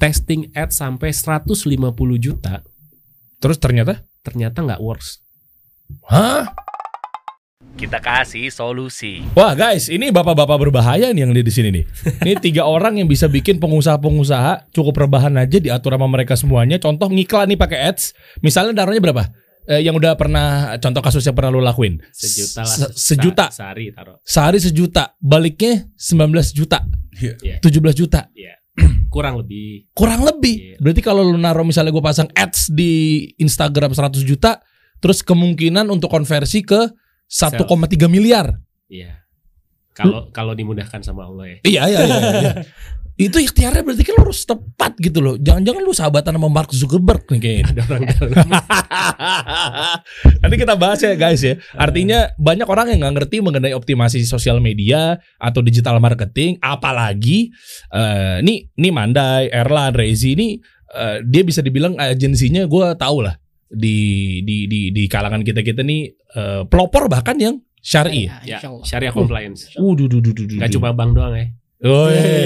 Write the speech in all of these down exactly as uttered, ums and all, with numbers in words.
testing ads sampai seratus lima puluh juta. Terus ternyata? Ternyata nggak works. Hah? Kita kasih solusi. Wah guys, ini bapak-bapak berbahaya nih yang di sini nih. Ini tiga orang yang bisa bikin pengusaha-pengusaha cukup rebahan aja, diatur sama mereka semuanya. Contoh ngiklan nih pakai ads. Misalnya taruhnya berapa? Eh, yang udah pernah, contoh kasus yang pernah lo lakuin. Sejuta lah. Se- sejuta. Sehari taruh. Sehari sejuta. Baliknya sembilan belas juta. Yeah. tujuh belas juta. Iya. Kurang lebih. Kurang lebih. Yeah. Berarti kalau lu naruh misalnya gue pasang ads di Instagram seratus juta, terus kemungkinan untuk konversi ke satu koma tiga miliar. Iya. Kalau kalau dimudahkan sama Allah ya. Iya iya iya. iya. Itu ikhtiarnya berarti kan lu harus tepat gitu loh. Jangan-jangan lu sahabatan sama Mark Zuckerberg nih kayaknya. Ada orang dalam. Nanti kita bahas ya guys ya. Artinya banyak orang yang nggak ngerti mengenai optimasi sosial media atau digital marketing. Apalagi uh, nih nih Mandai, Erlan, Rezi ini uh, dia bisa dibilang agensinya gue tahu lah di di di di kalangan kita kita nih uh, pelopor bahkan yang syar'i. Ya, syariah compliance. Uh, duh, duh, duh, duh, duh. Gak cuma bank doang ya. Oh,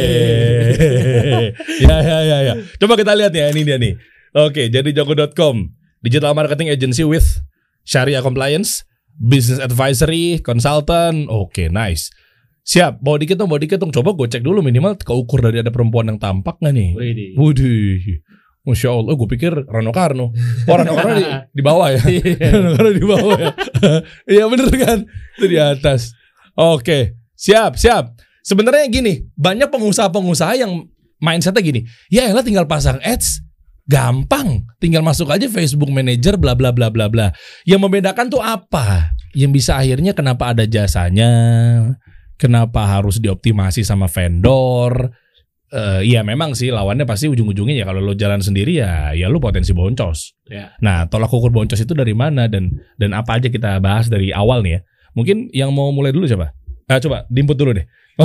ya ya ya ya. Coba kita lihat ya, ini dia nih. Oke, jadi jago dot com, digital marketing agency with Sharia compliance, business advisory, consultant. Oke, nice. Siap, bawa dikit dong, bawa dikit dong. Coba gue cek dulu minimal keukur dari ada perempuan yang tampak nggak nih? Widih. Widih. Masya Allah, gue pikir Rano Karno. Oh, Rano Karno di, di bawah ya. Rano Karno di bawah ya. Iya bener kan? Itu di atas. Oke, siap, siap. Sebenarnya gini, banyak pengusaha-pengusaha yang mindsetnya gini, ya elah tinggal pasang ads, gampang, tinggal masuk aja Facebook Manager, bla bla bla bla bla. Yang membedakan tuh apa? Yang bisa akhirnya kenapa ada jasanya, kenapa harus dioptimasi sama vendor? Uh, iya memang sih lawannya pasti ujung-ujungnya ya kalau lo jalan sendiri ya, ya lo potensi boncos. Ya. Nah, tolak ukur boncos itu dari mana dan dan apa aja kita bahas dari awal nih ya. Mungkin yang mau mulai dulu siapa? Ah, coba diinput dulu deh. Oh,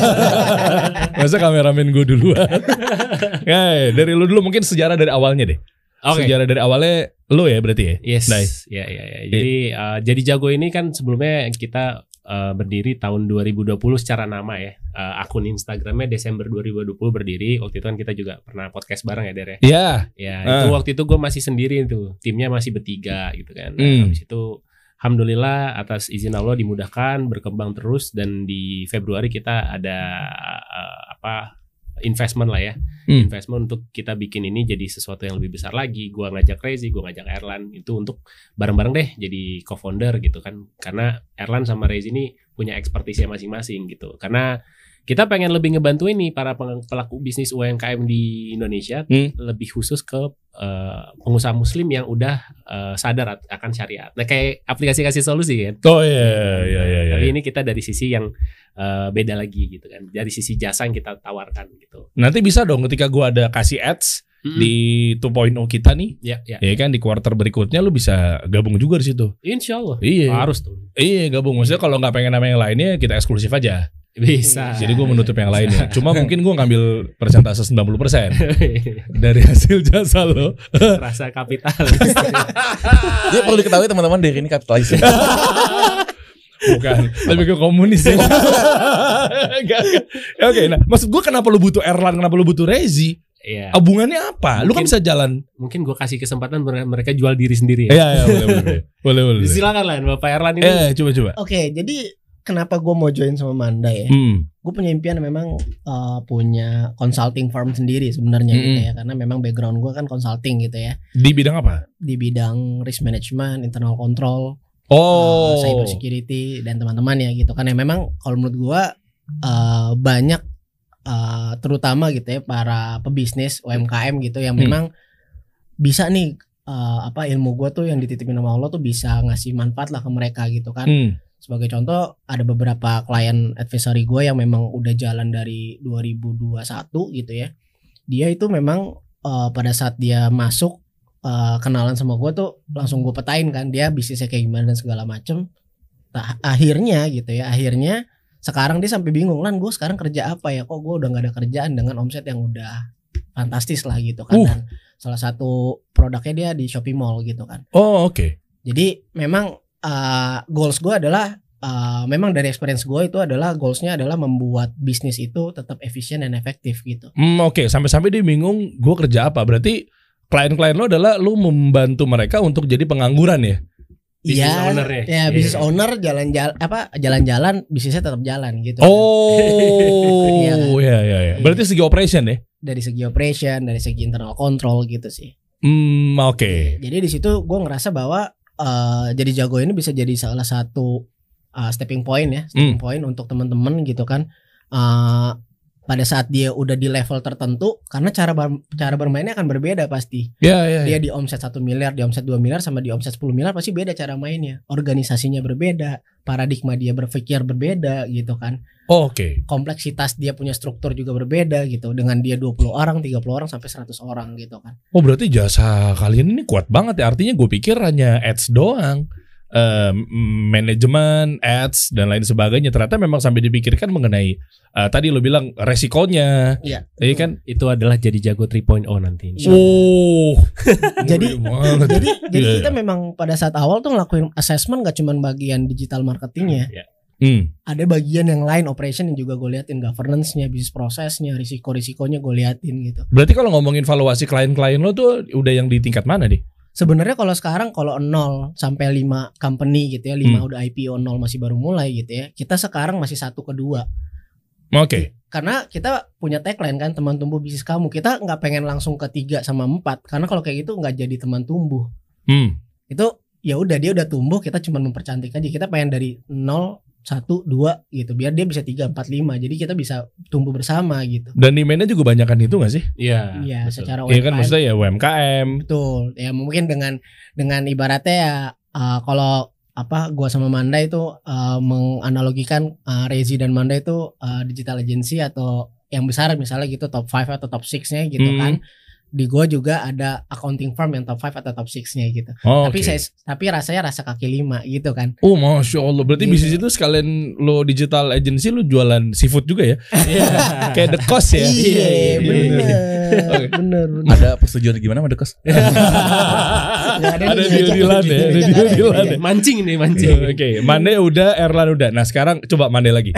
masa kameramen gue duluan. Ya, dari lu dulu mungkin sejarah dari awalnya deh. Okay. Sejarah dari awalnya lu ya berarti ya. Yes. Nice. Ya ya ya. Jadi uh, jadi jago ini kan sebelumnya kita uh, berdiri tahun dua ribu dua puluh secara nama ya. Uh, akun Instagramnya Desember dua ribu dua puluh berdiri. Waktu itu kan kita juga pernah podcast bareng ya Der ya. Iya. Ya uh. itu waktu itu gue masih sendiri tuh. Timnya masih bertiga gitu kan. Nah, mm. habis itu alhamdulillah atas izin Allah dimudahkan berkembang terus dan di Februari kita ada uh, apa investment lah ya, hmm. investment untuk kita bikin ini jadi sesuatu yang lebih besar lagi. Gua ngajak Rezi, gua ngajak Erlan itu untuk bareng-bareng deh jadi co-founder gitu kan, karena Erlan sama Rezi ini punya ekspertisnya masing-masing gitu. Karena kita pengen lebih ngebantu ini para pelaku bisnis U M K M di Indonesia, hmm. lebih khusus ke uh, pengusaha muslim yang udah uh, sadar akan syariat. Nah kayak aplikasi kasih solusi kan. Oh iya iya iya. Tapi iya. ini kita dari sisi yang uh, beda lagi gitu kan. Dari sisi jasa yang kita tawarkan gitu. Nanti bisa dong ketika gua ada kasih ads mm-hmm. di dua titik nol kita nih. Ya, ya. Ya kan di kuartal berikutnya lu bisa gabung juga di situ. Insya Allah. Iya. Harus tuh. Iya gabung. Maksudnya kalau nggak pengen nama yang lainnya kita eksklusif aja. Bisa. Jadi gue menutup yang lainnya. Cuma mungkin gue ngambil persentase sembilan puluh persen dari hasil jasa lo. Rasa kapitalis. Jadi perlu diketahui teman-teman dari ini kapitalis. Bukan, lebih ke komunis ya. Oke, nah maksud gue kenapa lu butuh Erlan, kenapa lu butuh Rezi? Iya. Hubungannya apa? Mungkin, lu kan bisa jalan. Mungkin gue kasih kesempatan mereka jual diri sendiri. Iya, iya, boleh, boleh. Boleh, boleh. Silakan lah Bapak Erlan ini. Eh, coba coba. Oke, jadi kenapa gue mau join sama Mandai ya? Hmm. Gue punya impian memang uh, punya consulting firm sendiri sebenarnya hmm. gitu ya, karena memang background gue kan consulting gitu ya. Di bidang apa? Di bidang risk management, internal control, oh, uh, cyber security dan teman-teman ya gitu kan. Ya memang kalau menurut gue uh, banyak uh, terutama gitu ya para pebisnis U M K M gitu yang hmm. memang bisa nih uh, apa ilmu gue tuh yang dititipin sama Allah tuh bisa ngasih manfaat lah ke mereka gitu kan. Hmm. Sebagai contoh ada beberapa klien advisory gue yang memang udah jalan dari dua ribu dua puluh satu gitu ya. Dia itu memang uh, pada saat dia masuk uh, kenalan sama gue tuh langsung gue petain kan dia bisnisnya kayak gimana dan segala macem. Nah, akhirnya gitu ya, akhirnya sekarang dia sampai bingung, Lan gue sekarang kerja apa ya, kok gue udah gak ada kerjaan dengan omset yang udah fantastis lah gitu kan. Uh. Dan salah satu produknya dia di Shopee Mall gitu kan. Oh oke okay. Jadi memang Uh, goals gue adalah uh, memang dari experience gue itu adalah goalsnya adalah membuat bisnis itu tetap efisien dan efektif gitu. Hmm, Oke, okay. Sampai-sampai dia bingung gue kerja apa. Berarti klien-klien lo adalah lo membantu mereka untuk jadi pengangguran ya? Iya, ya bisnis yeah. owner jalan-jalan apa jalan-jalan bisnisnya tetap jalan gitu. Oh, iya kan? ya ya ya. Berarti segi operation ya? Dari segi operation, dari segi internal control gitu sih. Hmm, oke. Okay. Jadi di situ gue ngerasa bahwa uh, jadi jago ini bisa jadi salah satu uh, stepping point ya, stepping hmm. point untuk teman-teman gitu kan. Uh, pada saat dia udah di level tertentu, karena cara ber, cara bermainnya akan berbeda pasti. Yeah, yeah, dia yeah. di omset satu miliar, di omset dua miliar sama di omset sepuluh miliar pasti beda cara mainnya. Organisasinya berbeda, paradigma dia berpikir berbeda gitu kan. Oh, Oke. Okay. Kompleksitas dia punya struktur juga berbeda gitu. Dengan dia dua puluh orang, tiga puluh orang sampai seratus orang gitu kan. Oh, berarti jasa kalian ini kuat banget ya. Artinya gue pikir hanya ads doang. Uh, manajemen, ads dan lain sebagainya. Ternyata memang sampai dipikirkan mengenai uh, tadi lo bilang resikonya. Iya. Jadi kan itu adalah jadi jago tiga titik nol nanti. Oh. jadi jadi jadi kita memang pada saat awal tuh ngelakuin assessment gak cuma bagian digital marketingnya. Yeah. Hmm. Ada bagian yang lain operation yang juga gue liatin, governance-nya, bisnis prosesnya, risiko-risikonya gue liatin gitu. Berarti kalau ngomongin valuasi klien-klien lo tuh udah yang di tingkat mana nih? Sebenarnya kalau sekarang kalau nol sampai lima company gitu ya, lima hmm. udah I P O, nol masih baru mulai gitu ya. Kita sekarang masih satu ke dua. Oke. Okay. Karena kita punya tagline kan, teman tumbuh bisnis kamu. Kita nggak pengen langsung ke tiga sama empat, karena kalau kayak gitu nggak jadi teman tumbuh. Hmm. Itu ya udah dia udah tumbuh, kita cuma mempercantik aja. Kita pengen dari nol satu, dua gitu, biar dia bisa tiga, empat, lima. Jadi kita bisa tumbuh bersama gitu. Dan demand-nya juga banyakan itu gak sih? Iya. Iya, secara U M K M. Iya kan maksudnya ya U M K M. Betul. Ya mungkin dengan dengan ibaratnya ya uh, kalau apa gua sama Manda itu uh, menganalogikan uh, Rezi dan Manda itu uh, digital agency atau yang besar misalnya gitu top lima atau top enam-nya gitu hmm. kan. Di gua juga ada accounting firm yang top lima atau top enam-nya gitu. Oh, tapi okay. saya tapi rasanya rasa kaki lima gitu kan. Oh, Masya Allah. Berarti gitu. Bisnis itu sekalian lo digital agency, lo jualan seafood juga ya? Kayak The Cost ya? Iya, bener. Okay. bener bener. Ada persetujuan gimana sama The Cost? ada ada deal-dealan ya, ada deal-dealan ya. Mancing nih, mancing. Oke, okay. Mande udah, Erlan udah. Nah sekarang coba Mande lagi.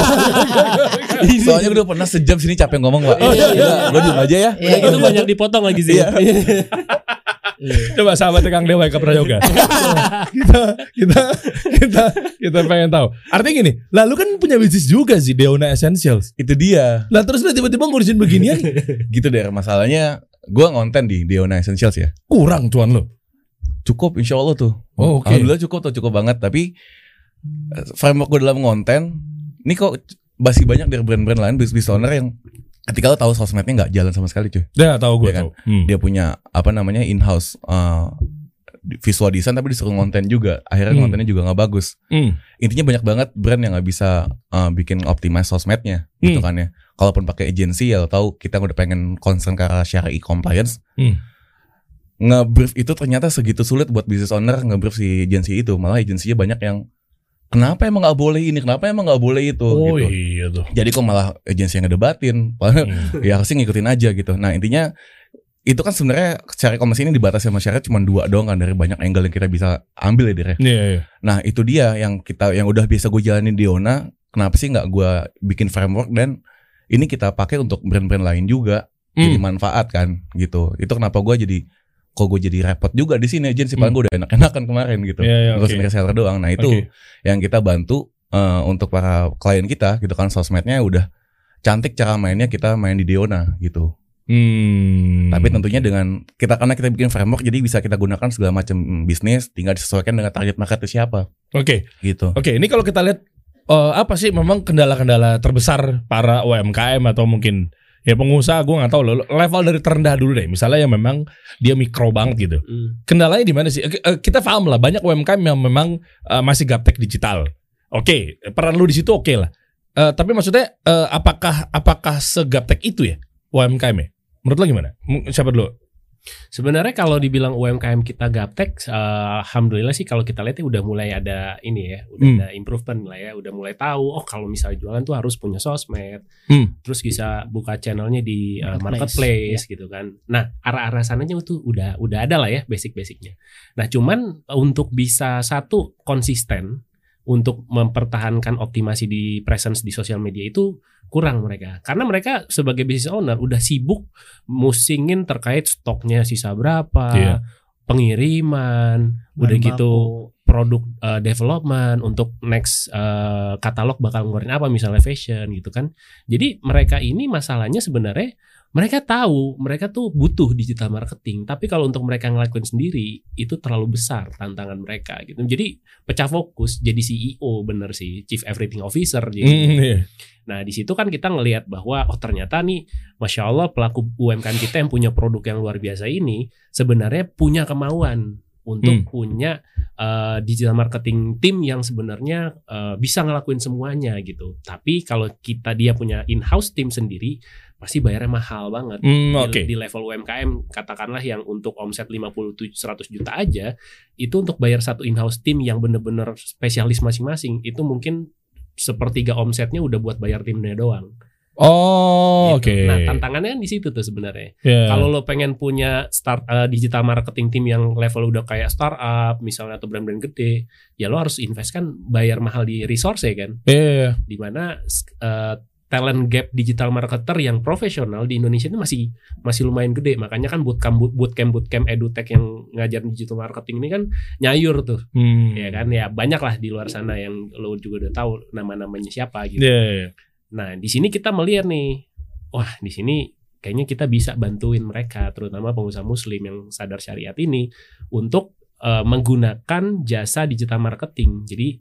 Soalnya gue udah pernah sejam sini capek ngomong Pak. Oh, iya, iya. Gue diem aja ya. Udah gitu banyak dipotong lagi sih. Coba sahabat Kang Dewa ke Prayoga. kita kita kita kita pengen tahu. Artinya gini, lalu kan punya bisnis juga sih, Deona Essentials. Itu dia. Lah terus lu tiba-tiba ngurusin beginian. Gitu deh masalahnya. Gue ngonten di Deona Essentials ya. Kurang cuan lo. Cukup insya Allah tuh. Oh, okay. Alhamdulillah cukup tuh, cukup banget. Tapi framework gue dalam ngonten, ini kok masih banyak dari brand-brand lain, business owner yang ketika lo tahu sosmednya nggak jalan sama sekali cuy. Ya tahu gue ya kan? tahu. Hmm. Dia punya apa namanya in-house uh, visual design tapi disuruh ngonten juga. Akhirnya hmm. kontennya juga nggak bagus. Hmm. Intinya banyak banget brand yang nggak bisa uh, bikin optimize sosmednya, hmm. gitu kan ya. Kalaupun pakai agency ya lo tahu kita udah pengen concern ke arah syari'i compliance. Hmm. Nge-brief itu ternyata segitu sulit buat business owner nge-brief si agency itu. Malah agensinya banyak yang kenapa emang nggak boleh ini, kenapa emang nggak boleh itu, oh, gitu. Iya tuh. Jadi kok malah agensi yang ngedebatin, hmm. ya harusnya ngikutin aja gitu. Nah intinya itu kan sebenarnya secara komersi ini dibatasi sama syariat cuma dua doang kan dari banyak angle yang kita bisa ambil ya Dir. Iya, iya. Nah itu dia yang kita yang udah biasa gue jalanin di Deona. Kenapa sih nggak gue bikin framework dan ini kita pakai untuk brand-brand lain juga, hmm. jadi manfaat kan gitu. Itu kenapa gue jadi kok gue jadi repot juga di sini agensi, paling gue udah enak-enakan kemarin gitu, yeah, yeah, ngurusin okay. reseller doang. Nah itu okay. yang kita bantu uh, untuk para klien kita gitu kan, sosmednya udah cantik, cara mainnya kita main di Deona gitu. Hmm. Tapi tentunya dengan kita karena kita bikin framework jadi bisa kita gunakan segala macam bisnis, tinggal disesuaikan dengan target market itu siapa. Oke, okay. gitu. Oke, okay, ini kalau kita lihat uh, apa sih memang kendala-kendala terbesar para U M K M atau mungkin ya pengusaha, gue nggak tahu loh, level dari terendah dulu deh. Misalnya yang memang dia mikro banget gitu. Mm. Kendalanya di mana sih? Kita paham lah, banyak U M K M yang memang uh, masih gaptek digital. Oke, okay, peran lu di situ oke okay lah. Uh, tapi maksudnya uh, apakah apakah segaptek itu ya U M K M ya? Menurut lo gimana? Siapa dulu? Sebenarnya kalau dibilang U M K M kita gaptek, uh, alhamdulillah sih kalau kita lihat ya udah mulai ada ini ya, udah hmm. ada improvement lah ya, udah mulai tahu oh kalau misalnya jualan tuh harus punya sosmed, hmm. terus bisa buka channelnya di uh, marketplace ya. Gitu kan. Nah arah-arah sananya tuh udah udah ada lah ya basic-basicnya. Nah cuman untuk bisa satu konsisten untuk mempertahankan optimasi di presence di sosial media itu kurang mereka. Karena mereka sebagai business owner udah sibuk musingin terkait stoknya sisa berapa, yeah. pengiriman, Bahan udah baku. gitu produk uh, development untuk next uh, katalog bakal ngeluarin apa, misalnya fashion gitu kan. Jadi mereka ini masalahnya sebenarnya mereka tahu mereka tuh butuh digital marketing, tapi kalau untuk mereka ngelakuin sendiri itu terlalu besar tantangan mereka gitu. Jadi pecah fokus jadi C E O, bener sih, Chief Everything Officer jadi. Mm, yeah. Nah di situ kan kita ngelihat bahwa oh ternyata nih, masya Allah pelaku U M K M kita yang punya produk yang luar biasa ini sebenarnya punya kemauan untuk hmm. punya uh, digital marketing team yang sebenarnya uh, bisa ngelakuin semuanya gitu. Tapi kalau kita dia punya in-house team sendiri, pasti bayarnya mahal banget. Hmm, okay. di, di level U M K M katakanlah yang untuk omset lima puluh seratus juta aja, itu untuk bayar satu in-house team yang bener-bener spesialis masing-masing, itu mungkin sepertiga omsetnya udah buat bayar timnya doang. Oh, gitu. Oke. Okay. Nah, tantangannya di situ tuh sebenarnya. Yeah. Kalau lo pengen punya start uh, digital marketing team yang level udah kayak startup misalnya atau brand-brand gede, ya lo harus invest kan, bayar mahal di resource ya kan. Iya. Yeah, yeah. Dimana uh, talent gap digital marketer yang profesional di Indonesia itu masih masih lumayan gede. Makanya kan bootcamp bootcamp bootcamp edutech yang ngajar digital marketing ini kan nyayur tuh. Hmm. Ya kan, ya banyak lah di luar sana yang lo juga udah tahu nama-namanya siapa gitu. Yeah, yeah. Nah, di sini kita melihat nih, wah di sini kayaknya kita bisa bantuin mereka, terutama pengusaha muslim yang sadar syariat ini untuk uh, menggunakan jasa digital marketing. Jadi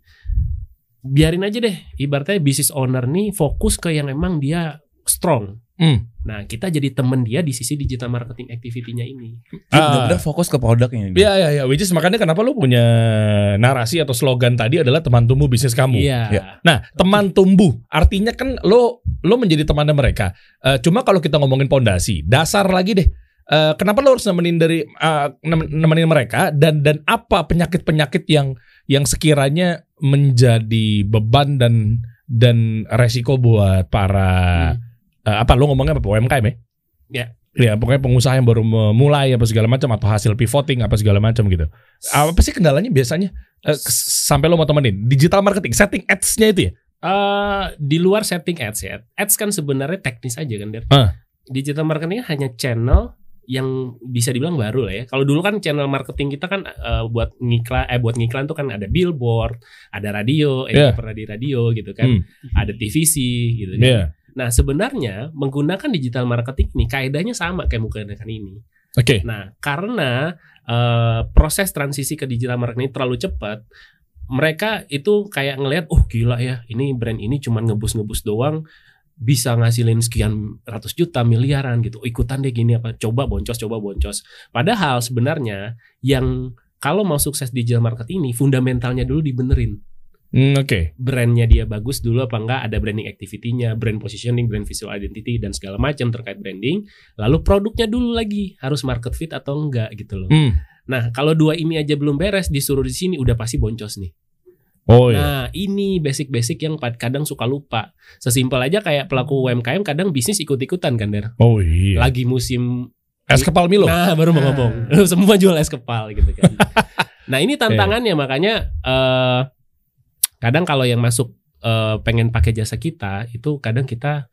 biarin aja deh, ibaratnya business owner nih fokus ke yang emang dia strong. Hmm. Nah, kita jadi temen dia di sisi digital marketing activity-nya ini. Ah, udah fokus ke produknya. Iya, iya, iya. Which is makanya kenapa lu punya narasi atau slogan tadi adalah teman tumbuh bisnis kamu. Iya. Ya. Nah, teman tumbuh artinya kan lo lo menjadi temannya mereka. Uh, cuma kalau kita ngomongin pondasi, dasar lagi deh. Uh, kenapa lo harus nemenin dari uh, nemenin mereka dan dan apa penyakit-penyakit yang yang sekiranya menjadi beban dan dan resiko buat para hmm. Uh, apa lo ngomongnya apa U M K M ya? Ya. Ya pokoknya pengusaha yang baru memulai apa segala macam atau hasil pivoting apa segala macam gitu. Apa sih kendalanya biasanya uh, sampai lo mau temenin digital marketing setting ads-nya itu ya? Uh, di luar setting ads ya. Ads kan sebenarnya teknis aja kan, Der. Uh. Digital marketing hanya channel yang bisa dibilang baru lah ya. Kalau dulu kan channel marketing kita kan uh, buat ngiklan eh buat ngiklan tuh kan ada billboard, ada radio, eh yeah. pernah di radio gitu kan. Hmm. Ada T V C gitu kan. Yeah. Nah sebenarnya menggunakan digital marketing ini kaidahnya sama kayak menggunakan ini. Oke. Okay. Nah karena uh, proses transisi ke digital marketing terlalu cepat, mereka itu kayak ngelihat, oh gila ya, ini brand ini cuma ngebus-ngebus doang, bisa ngasilin sekian ratus juta, miliaran gitu. Ikutan deh gini apa, coba boncos, coba boncos. Padahal sebenarnya yang kalau mau sukses digital marketing ini fundamentalnya dulu dibenerin. Hmm, Oke. Okay. Brandnya dia bagus dulu apa enggak, ada branding activity-nya, brand positioning, brand visual identity dan segala macam terkait branding. Lalu produknya dulu lagi harus market fit atau enggak gitu loh. Hmm. Nah kalau dua ini aja belum beres, disuruh di sini udah pasti boncos nih. Oh, iya. Nah ini basic-basic yang kadang suka lupa. Sesimpel aja kayak pelaku U M K M kadang bisnis ikut-ikutan kan Der. Oh iya. Lagi musim es kepal Milo. Nah baru mau ngomong semua jual es kepal gitu kan. Nah ini tantangannya eh. makanya uh, kadang kalau yang masuk uh, pengen pakai jasa kita itu kadang kita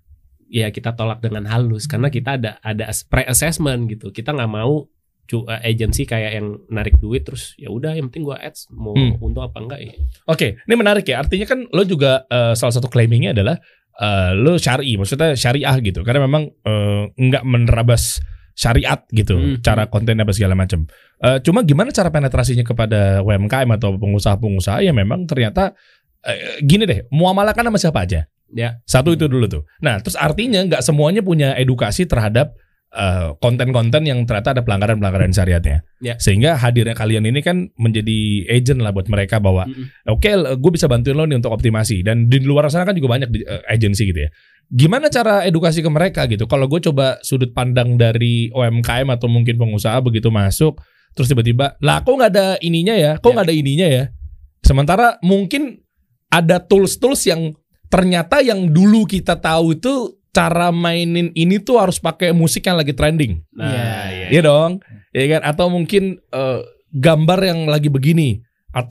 ya kita tolak dengan halus karena kita ada ada pre-assessment gitu. Kita nggak mau agency kayak yang narik duit terus ya udah yang penting gua ads mau hmm. untung apa enggak ya. Oke, okay, ini menarik ya. Artinya kan lo juga uh, salah satu claimingnya adalah uh, lo syar'i, maksudnya syariah gitu. Karena memang uh, nggak menerabas syariat gitu, hmm. cara konten apa segala macam. Uh, cuma gimana cara penetrasinya kepada U M K M atau pengusaha-pengusaha yang memang ternyata uh, gini deh, muamalah kan sama siapa aja. Ya. Satu itu dulu tuh. Nah, terus artinya nggak semuanya punya edukasi terhadap Uh, konten-konten yang ternyata ada pelanggaran-pelanggaran syariatnya, yeah. Sehingga hadirnya kalian ini kan menjadi agent lah buat mereka bahwa mm-hmm. oke, okay, gue bisa bantuin lo nih untuk optimasi dan di luar sana kan juga banyak uh, agensi gitu ya. Gimana cara edukasi ke mereka gitu? Kalau gue coba sudut pandang dari U M K M atau mungkin pengusaha begitu masuk, terus tiba-tiba, lah kok nggak ada ininya ya? Kok nggak yeah. ada ininya ya? Sementara mungkin ada tools-tools yang ternyata yang dulu kita tahu itu cara mainin ini tuh harus pakai musik yang lagi trending. Nah, iya, iya. Iya dong. Ya kan? Atau mungkin uh, gambar yang lagi begini atau C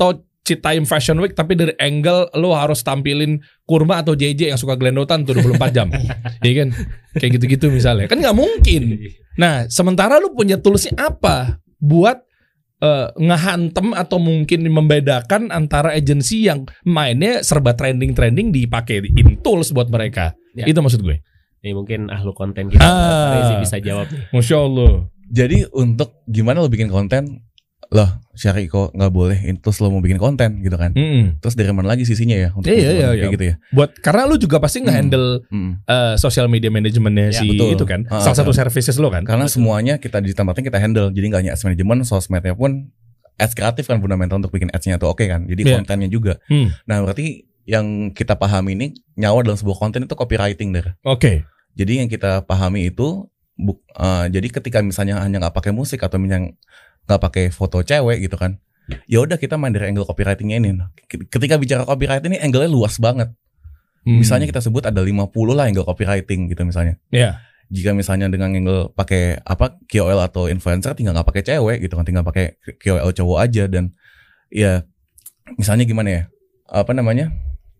Citayam Fashion Week tapi dari angle lo harus tampilin Kurma atau J J yang suka gelendotan tuh dua puluh empat jam. Iya kan? Kayak gitu-gitu misalnya. Kan nggak mungkin. Nah, sementara lu punya toolsnya apa buat uh, ngehantem atau mungkin membedakan antara agensi yang mainnya serba trending-trending dipakai in tools buat mereka. Ya. Itu maksud gue. Ini mungkin ahlu konten kita ah, Rezi bisa jawab nih. Masya Allah. Jadi untuk gimana lo bikin konten, loh Syari kok nggak boleh, terus lo mau bikin konten gitu kan? Mm-hmm. Terus dari mana lagi sisinya ya untuk iya, iya, kayak iya. gitu ya? Buat karena lo juga pasti nge-handle mm-hmm. uh, social media manajemennya ya, si betul. Itu kan, uh, salah satu services lo kan? Karena betul. Semuanya kita di tempatnya kita handle, jadi nggak hanya ads manajemen, sosmednya pun ads kreatif kan fundamental untuk bikin ads-nya tuh oke okay kan? Jadi yeah. kontennya juga. Hmm. Nah berarti yang kita pahami ini nyawa dalam sebuah konten itu copywriting deh. Oke. Okay. Jadi yang kita pahami itu, bu, uh, jadi ketika misalnya hanya nggak pakai musik atau misalnya nggak pakai foto cewek gitu kan, ya udah kita main dari angle copywritingnya ini. Ketika bicara copywriting ini angle-nya luas banget. Hmm. Misalnya kita sebut ada lima puluh lah angle copywriting gitu misalnya. Iya. Yeah. Jika misalnya dengan angle pakai apa K O L atau influencer, tinggal nggak pakai cewek gitu kan, tinggal pakai K O L cowok aja dan ya misalnya gimana ya, apa namanya?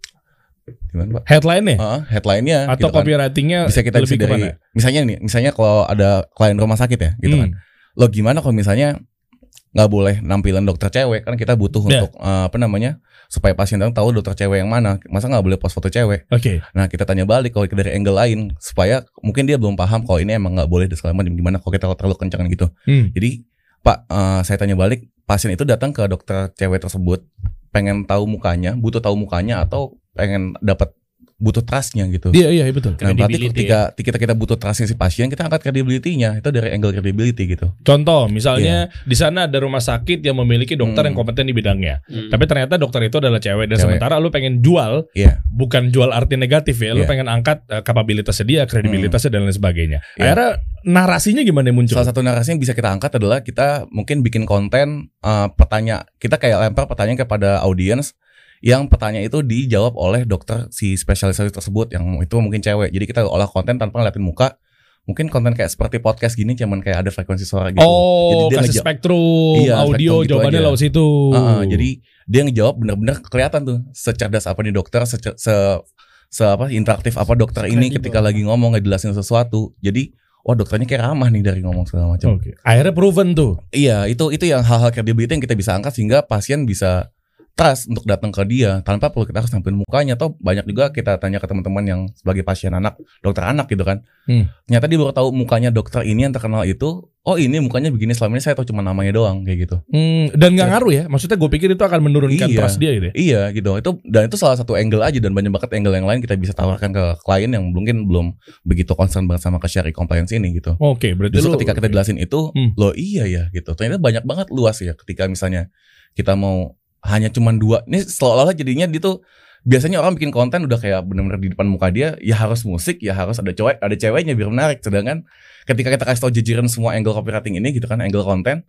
Gimana, Pak? Headline-nya? Uh, headline-nya atau gitu copywriting-nya kan. Bisa kita lebih bisa dari kemana? Misalnya nih, misalnya kalau ada klien rumah sakit ya, gitu hmm. kan. Lo gimana kalau misalnya nggak boleh nampilan dokter cewek, kan kita butuh yeah. untuk uh, apa namanya supaya pasien tahu dokter cewek yang mana. Masa nggak boleh post foto cewek? Oke. Okay. Nah kita tanya balik kalau dari angle lain supaya mungkin dia belum paham kalau ini emang nggak boleh dan segala macam. Gimana kalau kita terlalu kencang gitu? Hmm. Jadi Pak, uh, saya tanya balik, pasien itu datang ke dokter cewek tersebut pengen tahu mukanya, butuh tahu mukanya atau pengen dapat butuh trustnya gitu. Iya iya betul. Nah berarti ketika ya. kita kita butuh trustnya si pasien, kita angkat credibility-nya itu dari angle credibility gitu. Contoh misalnya yeah. di sana ada rumah sakit yang memiliki dokter hmm. yang kompeten di bidangnya, hmm. tapi ternyata dokter itu adalah cewek dan cewek. Sementara lu pengen jual, yeah. bukan jual arti negatif ya, lu yeah. pengen angkat uh, kapabilitasnya dia, kredibilitasnya hmm. dan lain sebagainya. Yeah. Akhirnya narasinya gimana yang muncul? Salah satu narasi yang bisa kita angkat adalah kita mungkin bikin konten uh, pertanyaan, kita kayak lempar pertanyaan kepada audiens. Yang pertanyaan itu dijawab oleh dokter si spesialis tersebut yang itu mungkin cewek. Jadi kita olah konten tanpa ngeliatin muka. Mungkin konten kayak seperti podcast gini cuman kayak ada frekuensi suara gitu. Oh, jadi dia kasih spektrum iya, audio spektrum jawabannya lewat situ. Uh, jadi dia ngejawab benar-benar kelihatan tuh secerdas apa nih dokter, se, se, se apa interaktif apa dokter ini Kredibel. Ketika lagi ngomong ngejelasin sesuatu. Jadi wah dokternya kayak ramah nih dari ngomong segala macam. Oke. Okay. Akhirnya proven tuh. Iya, itu itu yang hal-hal credibility yang kita bisa angkat sehingga pasien bisa trust untuk datang ke dia tanpa perlu kita harus nampilin mukanya. Atau banyak juga kita tanya ke teman-teman yang sebagai pasien anak, dokter anak gitu kan. Hmm. Ternyata dia baru tahu mukanya dokter ini yang terkenal itu. Oh ini mukanya begini, selama ini saya tahu cuma namanya doang kayak gitu. Hmm, dan nggak ngaruh ya? Maksudnya gue pikir itu akan menurunkan iya, trust dia gitu. Ya? Iya gitu. Itu dan itu salah satu angle aja dan banyak banget angle yang lain kita bisa tawarkan ke klien yang mungkin belum begitu concern banget sama ke Syari compliance ini gitu. Oke, okay, berarti justru lu, ketika kita jelasin itu, hmm. loh iya ya gitu. Ternyata banyak banget luas ya ketika misalnya kita mau hanya cuman dua. Ini seolah-olah jadinya dia tuh biasanya orang bikin konten udah kayak benar-benar di depan muka dia ya harus musik, ya harus ada cewek, ada ceweknya biar menarik. Sedangkan ketika kita kasih tahu jajaran semua angle copywriting ini gitu kan, angle konten,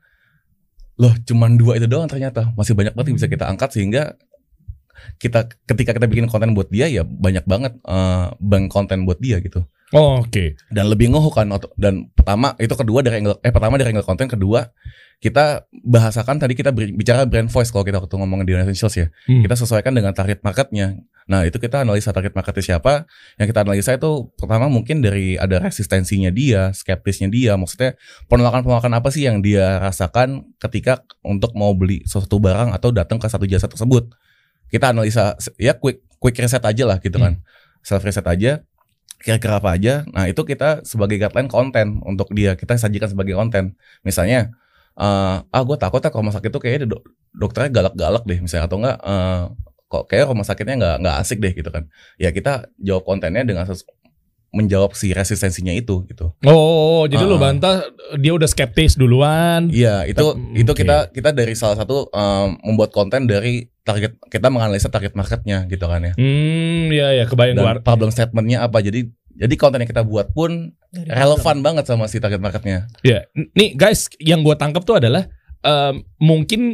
loh cuman dua itu doang ternyata. Masih banyak banget yang bisa kita angkat sehingga kita ketika kita bikin konten buat dia ya banyak banget uh, bank konten buat dia gitu. Oh, oke. Okay. Dan lebih ngoh kan. Dan pertama itu kedua dari angle eh pertama dari angle konten, kedua kita bahasakan tadi kita bicara brand voice kalau kita waktu ngomongin di Essentials ya. Hmm. Kita sesuaikan dengan target marketnya. Nah itu kita analisa target marketnya siapa. Yang kita analisa itu pertama mungkin dari ada resistensinya dia, skeptisnya dia. Maksudnya penolakan-penolakan apa sih yang dia rasakan ketika untuk mau beli suatu barang atau datang ke satu jasa tersebut. Kita analisa ya quick quick reset aja lah gitu kan. Hmm. Self reset aja. Kira-kira apa aja. Nah itu kita sebagai guideline konten untuk dia. Kita sajikan sebagai konten. Misalnya Uh, ah gue takut ya kalau rumah sakit tuh kayaknya dok- dokternya galak-galak deh misalnya, atau enggak uh, kok kayak rumah sakitnya nggak nggak asik deh gitu kan. Ya kita jawab kontennya dengan ses- menjawab si resistensinya itu gitu. Oh, jadi uh, lu bantah dia udah skeptis duluan. Iya, itu T- itu okay. kita kita dari salah satu um, membuat konten dari target, kita menganalisa target marketnya gitu kan ya. Hmm, ya ya kebayang. Dan problem statementnya apa. Jadi jadi konten yang kita buat pun dari relevan itu banget sama si target marketnya. Ya, nih guys, yang gue tangkap tuh adalah um, mungkin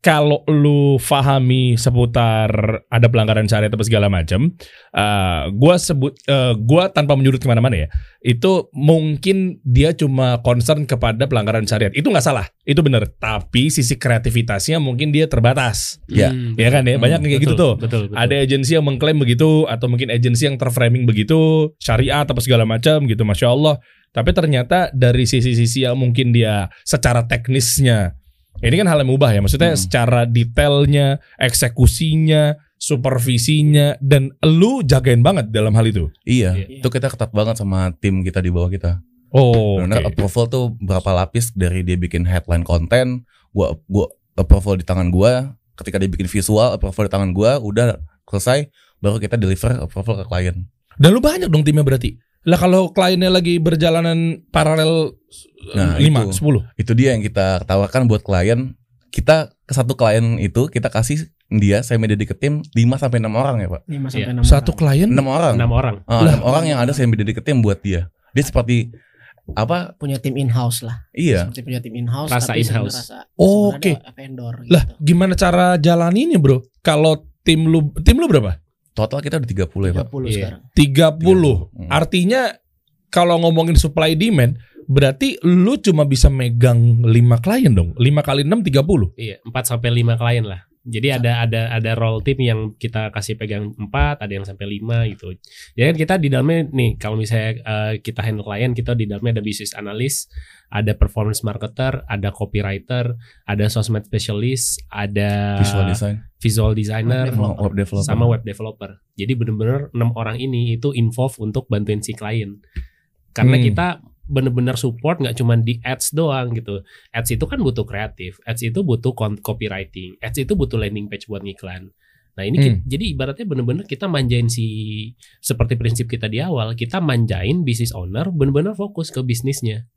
kalau lu fahami seputar ada pelanggaran syariat atau segala macam, uh, gua sebut, uh, gua tanpa menyudut kemana-mana ya, itu mungkin dia cuma concern kepada pelanggaran syariat. Itu nggak salah, itu benar. Tapi sisi kreativitasnya mungkin dia terbatas. Ya, Hmm, Ya kan ya, Hmm, banyak kayak gitu betul, tuh. Betul, betul. Ada agensi yang mengklaim begitu, atau mungkin agensi yang terframing begitu, syariat apa segala macam gitu, masya Allah. Tapi ternyata dari sisi-sisi yang mungkin dia secara teknisnya, ini kan hal yang mubah ya, maksudnya Hmm. secara detailnya, eksekusinya, supervisinya, dan lu jagain banget dalam hal itu. iya. Iya. Itu kita ketat banget sama tim kita di bawah kita. Oh, Benar, oke. approval tuh berapa lapis dari dia bikin headline konten, gua gua approval di tangan gua, ketika dia bikin visual approval di tangan gua, udah selesai, baru kita deliver approval ke klien. Dan lu banyak dong timnya berarti. Lah kalau kliennya lagi berjalanan paralel Nah, lima, itu. sepuluh. Itu dia yang kita tawarkan buat klien. Kita ke satu klien itu kita kasih dia saya dedicated tim lima sampai enam orang ya, Pak. lima sampai Iya. enam Satu klien enam orang. Enam orang. Ah, Lah. enam orang yang ada saya dedicated tim buat dia. Dia seperti apa? punya tim in-house lah. Iya. Seperti punya tim in-house Rasa tapi in-house. sebenarnya rasa- Oh, sebenarnya oke. ada vendor gitu. Lah, gimana cara jalaninnya, Bro? Kalau tim lu tim lu berapa? Total kita ada tiga puluh ya, tiga Pak. puluh Iya. sekarang. tiga puluh. Hmm. Artinya kalau ngomongin supply demand, berarti lu cuma bisa megang lima klien dong. lima kali enam, tiga puluh. Iya, empat sampai lima klien lah. Jadi ada ada ada role team yang kita kasih pegang empat, ada yang sampai lima gitu. Jadi kan kita di dalamnya nih, kalau misalnya uh, kita handle klien, kita di dalamnya ada business analyst, ada performance marketer, ada copywriter, ada sosmed specialist, ada Visual design, visual designer, Web developer. web developer. sama web developer. Jadi bener-bener enam orang ini itu involve untuk bantuin si klien. Karena Hmm. kita bener-bener support nggak cuma di ads doang gitu. Ads itu kan butuh kreatif, ads itu butuh kon- copywriting, ads itu butuh landing page buat ngiklan. Nah ini Hmm. ki- jadi ibaratnya bener-bener kita manjain si seperti prinsip kita di awal, kita manjain business owner bener-bener fokus ke bisnisnya.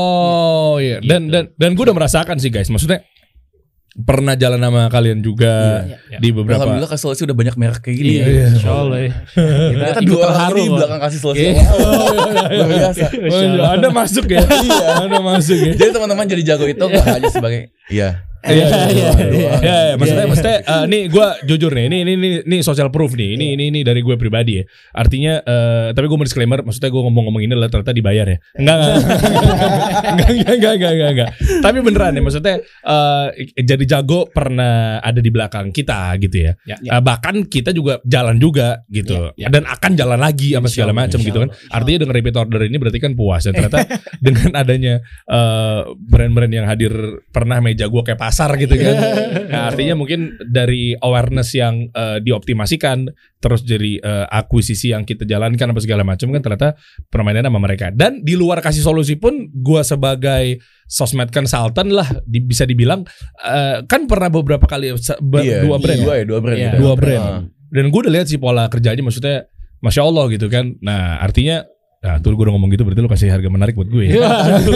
Oh iya. Dan Gitu. dan dan gue udah merasakan sih guys. Maksudnya pernah jalan sama kalian juga Iya. di beberapa. Alhamdulillah kasih solusi udah banyak merek kayak gini. Iya, ya. iya. Insya Allah ya. Kita Ternyata ikut dua orang terharu ini kok. belakang kasih solusi. Iya. Wow, luar biasa. Oh, iya, Anda masuk ya? Iya, Anda masuk ya. Jadi teman-teman jadi jago itu nggak hanya sebagai iya. Iya, iya, Iya, iya, iya. iya, iya. Maksudnya, maksudnya, uh, nih gue jujur nih, ini, ini, ini, ini social proof nih, ini, ini, ini dari gue pribadi ya. Artinya, uh, tapi gue mau disclaimer, maksudnya gue ngomong-ngomong ini adalah ternyata dibayar ya. Enggak, enggak, enggak, enggak, enggak, enggak, enggak, enggak. Tapi beneran ya, maksudnya uh, jadi jago pernah ada di belakang kita gitu ya. Ya. Uh, bahkan kita juga jalan juga gitu, Ya, ya. dan akan jalan lagi apa segala Insya Allah, macam insya gitu kan. Allah, insya Artinya dengan repeat order ini berarti kan puas ya. Ternyata dengan adanya uh, brand-brand yang hadir pernah meja gue kayak pasar gitu kan. Nah, artinya mungkin dari awareness yang uh, dioptimasikan, terus dari uh, akuisisi yang kita jalankan apa segala macam kan ternyata permainan sama mereka. Dan di luar kasih solusi pun gue sebagai sosmed consultant lah di, bisa dibilang uh, kan pernah beberapa kali se- be- Iya, dua brand. Dua ya, dua brand. Iya. gitu. Dua brand. Ah. Dan gue udah lihat sih pola kerjanya, maksudnya masya Allah gitu kan. Nah artinya, nah tuh gue udah ngomong gitu berarti lu kasih harga menarik buat gue ya.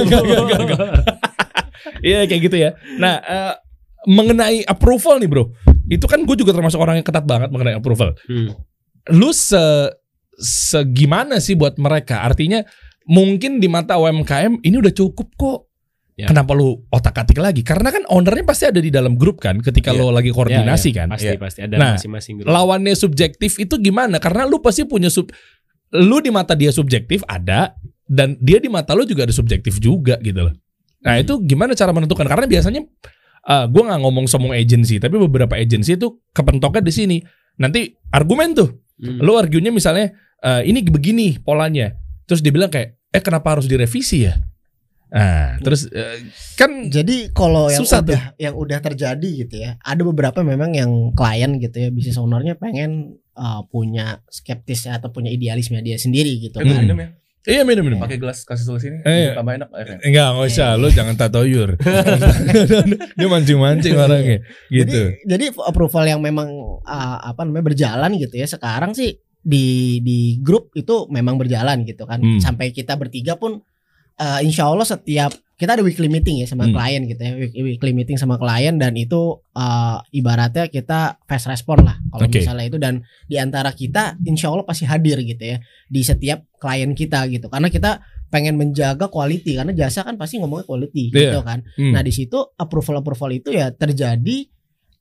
Iya kayak gitu ya. Nah uh, mengenai approval nih bro, itu kan gue juga termasuk orang yang ketat banget mengenai approval. Hmm. Lu se segimana sih buat mereka? Artinya mungkin di mata U M K M ini udah cukup kok. Ya. Kenapa lu otak-atik lagi? Karena kan ownernya pasti ada di dalam grup kan, ketika Iya. lo lagi koordinasi Ya, ya, kan. Pasti Iya. pasti ada Nah, masing-masing grup. Lawannya subjektif itu gimana? Karena lu pasti punya sub, lu di mata dia subjektif ada, dan dia di mata lu juga ada subjektif juga gitu loh. Nah itu gimana cara menentukan? Karena biasanya uh, gue nggak ngomong semua agensi, tapi beberapa agensi itu kepentoknya di sini. Nanti argumen tuh, Hmm. lu argunya misalnya uh, ini begini polanya, terus dia bilang kayak, eh kenapa harus direvisi ya? Nah terus uh, kan Jadi kalau yang Susah udah yang udah terjadi gitu ya, ada beberapa memang yang klien gitu ya, bisnis ownernya pengen uh, punya skeptis atau punya idealisme dia sendiri gitu Eh, Hmm. kan. minum ya. iya minum minum. Pakai gelas kasih solusi ini. Eh. Tambah enak airnya. Enggak, nggak usah. Lu jangan tatoyur. Dia mancing-mancing orangnya. Gitu. Jadi jadi approval yang memang uh, apa namanya berjalan gitu ya. Sekarang sih di di grup itu memang berjalan gitu kan. Hmm. Sampai kita bertiga pun uh, insya Allah setiap kita ada weekly meeting ya sama Hmm. klien gitu ya. Week- Weekly meeting sama klien, dan itu uh, ibaratnya kita fast respon lah kalau Oke. misalnya itu, dan di antara kita insya Allah pasti hadir gitu ya di setiap klien kita gitu. Karena kita pengen menjaga quality, karena jasa kan pasti ngomongnya quality Iya. gitu kan. Hmm. Nah di situ approval approval itu ya terjadi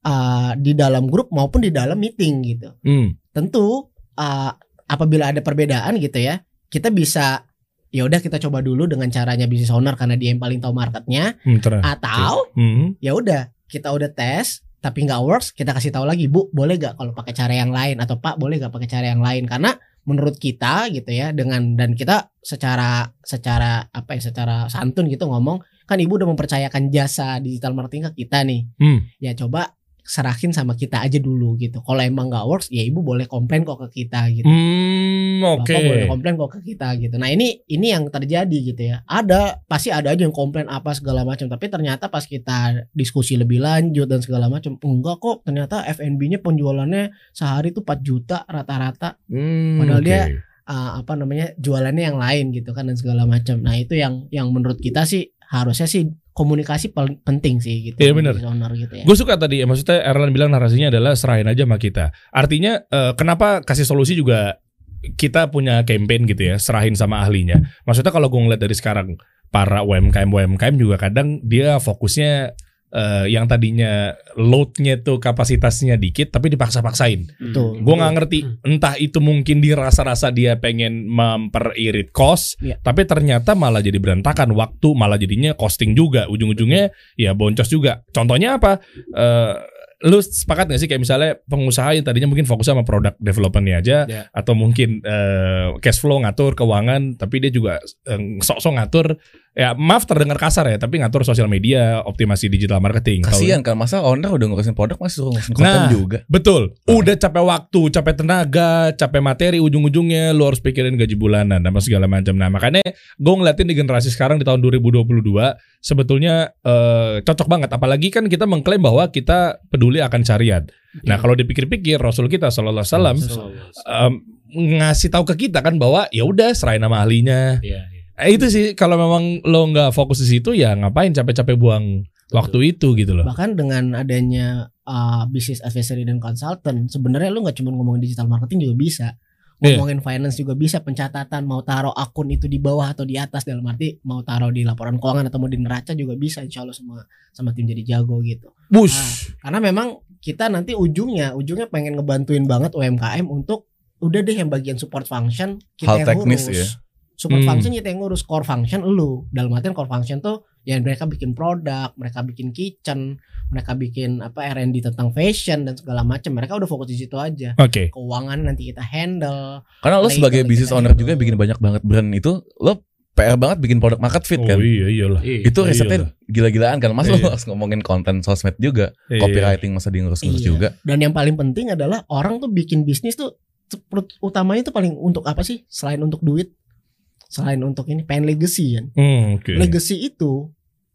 uh, di dalam grup maupun di dalam meeting gitu. Hmm. Tentu uh, apabila ada perbedaan gitu ya, kita bisa ya udah kita coba dulu dengan caranya business owner karena dia yang paling tahu marketnya, Hmm, atau hmm. ya udah kita udah tes tapi nggak works, kita kasih tahu lagi, Bu boleh gak kalau pakai cara yang lain, atau Pak boleh gak pakai cara yang lain, karena menurut kita gitu ya, dengan dan kita secara secara apa ya secara santun gitu ngomong, kan Ibu udah mempercayakan jasa digital marketing ke kita nih, Hmm. ya coba serahin sama kita aja dulu gitu. Kalau emang nggak works, ya Ibu boleh komplain kok ke kita gitu. Hmm, oke. Bapak boleh komplain kok ke kita gitu. Nah ini ini yang terjadi gitu ya. Ada pasti ada aja yang komplain apa segala macam. Tapi ternyata pas kita diskusi lebih lanjut dan segala macam, enggak kok. Ternyata F and B-nya penjualannya sehari tuh empat juta rata-rata. Hmm, Padahal oke. dia uh, apa namanya jualannya yang lain gitu kan dan segala macam. Nah itu yang yang menurut kita sih harusnya sih komunikasi paling penting sih gitu. Iya, bener. Gitu ya. Gue suka tadi, maksudnya Erlan bilang narasinya adalah serahin aja sama kita. Artinya eh, kenapa kasih solusi juga kita punya campaign gitu ya, serahin sama ahlinya. Maksudnya kalau gue ngeliat dari sekarang para U M K M U M K M juga kadang dia fokusnya eh, yang tadinya loadnya tuh kapasitasnya dikit tapi dipaksa-paksain. Betul. Gue nggak ngerti, entah itu mungkin dirasa-rasa dia pengen memperirit cost, Iya. tapi ternyata malah jadi berantakan waktu, malah jadinya costing juga, ujung-ujungnya ya boncos juga. Contohnya apa? Eh, lu sepakat gak sih kayak misalnya pengusaha yang tadinya mungkin fokus sama produk development-nya aja, Ya. atau mungkin eh, cash flow ngatur keuangan, tapi dia juga eh, sok-sok ngatur, ya maaf terdengar kasar ya, tapi ngatur sosial media, optimasi digital marketing. Kalau- Kasian kan, masa owner udah ngurusin produk masih suruh ngurusin konten Nah, juga. Betul. Udah capek waktu, capek tenaga, capek materi, ujung-ujungnya lu harus pikirin gaji bulanan dan segala macam. Nah, makanya gue ngeliatin di generasi sekarang di tahun dua ribu dua puluh dua sebetulnya eh, cocok banget. Apalagi kan kita mengklaim bahwa kita peduli akan syariat. Nah, kalau dipikir-pikir Rasul kita sallallahu alaihi wasallam em, ngasih tahu ke kita kan bahwa ya udah serahin nama ahlinya. Iya, iya. Eh, itu sih kalau memang lo nggak fokus di situ ya ngapain capek-capek buang waktu itu gitu loh. Bahkan dengan adanya uh, business advisory dan consultant, sebenarnya lu nggak cuma ngomongin digital marketing juga bisa, Iya. ngomongin finance juga bisa, pencatatan mau taruh akun itu di bawah atau di atas, dalam arti mau taruh di laporan keuangan atau mau di neraca juga bisa, insya Allah sama sama tim jadi jago gitu. Bush. Nah, karena memang kita nanti ujungnya ujungnya pengen ngebantuin banget U M K M untuk udah deh yang bagian support function kita Hal yang teknis ngurus. ya. Support Hmm. function kita yang ngurus, core function lu. Dalam artian core function tuh ya mereka bikin produk, mereka bikin kitchen, mereka bikin apa R and D tentang fashion dan segala macam. Mereka udah fokus di situ aja. Oke. Keuangan nanti kita handle. Karena lo Legal sebagai kita business owner handle. juga bikin banyak banget brand itu, lo P R banget bikin product market fit kan. Oh iya iyalah. Iya. Itu Iya risetnya lah. gila-gilaan kan. Mas Iya. lo harus ngomongin konten sosmed juga, Iya. copywriting masa diurus-urus Iya. juga. Dan yang paling penting adalah orang tuh bikin bisnis tuh perut- utamanya tuh paling untuk apa sih? Selain untuk duit, selain untuk ini pengen legacy kan. Hmm, oke. Legacy itu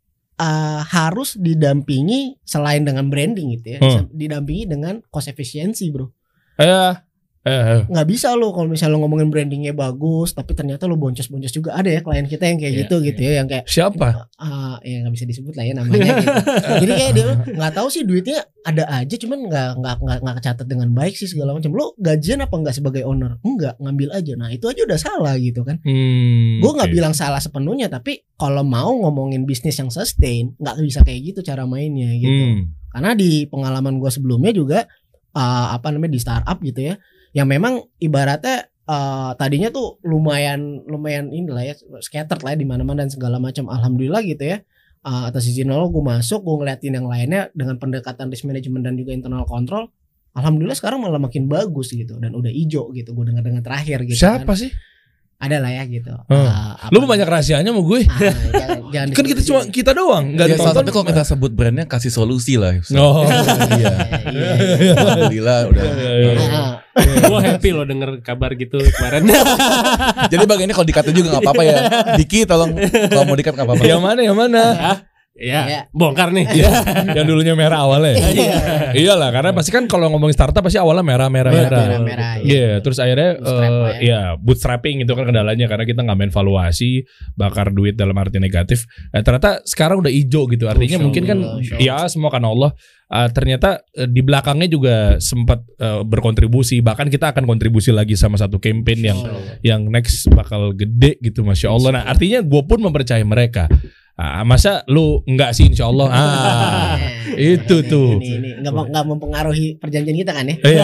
uh, harus didampingi selain dengan branding gitu ya, Hmm. didampingi dengan cost efisiensi, bro. Eh, eh, Nggak bisa lo kalau misalnya lo ngomongin brandingnya bagus tapi ternyata lo boncos-boncos juga. Ada ya klien kita yang kayak Iya, gitu gitu ya, yang kayak siapa? ah ya nggak bisa disebut lah ya namanya gitu. Jadi kayak dia nggak tahu sih duitnya ada aja cuman nggak nggak nggak nggak kecatat dengan baik sih segala macam. Lo gajian apa nggak sebagai owner? Enggak, ngambil aja. Nah itu aja udah salah gitu kan. Hmm, Gue nggak oke. bilang salah sepenuhnya, tapi kalau mau ngomongin bisnis yang sustain nggak bisa kayak gitu cara mainnya gitu. Hmm. Karena di pengalaman gue sebelumnya juga uh, apa namanya di startup gitu ya, yang memang ibaratnya uh, tadinya tuh lumayan lumayan inilah ya scattered lah ya, di mana-mana dan segala macam. Alhamdulillah gitu ya. Uh, atas izin Allah gue masuk, gue ngeliatin yang lainnya dengan pendekatan risk management dan juga internal control. Alhamdulillah sekarang malah makin bagus gitu dan udah hijau gitu. Gue dengar-dengar terakhir gitu. Siapa kan. sih? Ada lah ya gitu. Hmm. Uh, apa Lu mau banyak rahasianya sama gue? Ah, jangan, jangan Kan kita disebut cuma sini. kita doang, enggak Ya, salah ditonton. satu kalau kita sebut brandnya kasih solusi lah. Oh, Iya. Iya, iya. Alhamdulillah udah. Iya, iya, iya. Ah, Gue happy loh denger kabar gitu kemarin. Jadi bagian ini kalau dikatain juga nggak apa-apa ya. Diki tolong kalau mau dikat nggak apa-apa. Yang mana yang mana? Ya, Iya. bongkar nih. Yang dulunya merah awalnya. Iya. Iyalah, karena pasti kan kalau ngomongin startup pasti awalnya merah merah Betul, merah. merah-merah, Iya, iya. terus akhirnya Bootstrap eh, lah ya bootstrapping itu kan kendalanya karena kita nggak main valuasi, bakar duit dalam arti negatif. Eh, ternyata sekarang udah hijau gitu. Artinya Masya mungkin kan Allah, Masya ya semua karena Allah. Eh, ternyata eh, di belakangnya juga sempat eh, berkontribusi. Bahkan kita akan kontribusi lagi sama satu campaign yang yang next bakal gede gitu, masya Allah. Nah artinya gue pun mempercayai mereka. Ah, masa lu enggak sih insya Allah. Ah, itu ini, tuh. Ini, ini nggak nggak mempengaruhi perjanjian kita kan ya? Iya.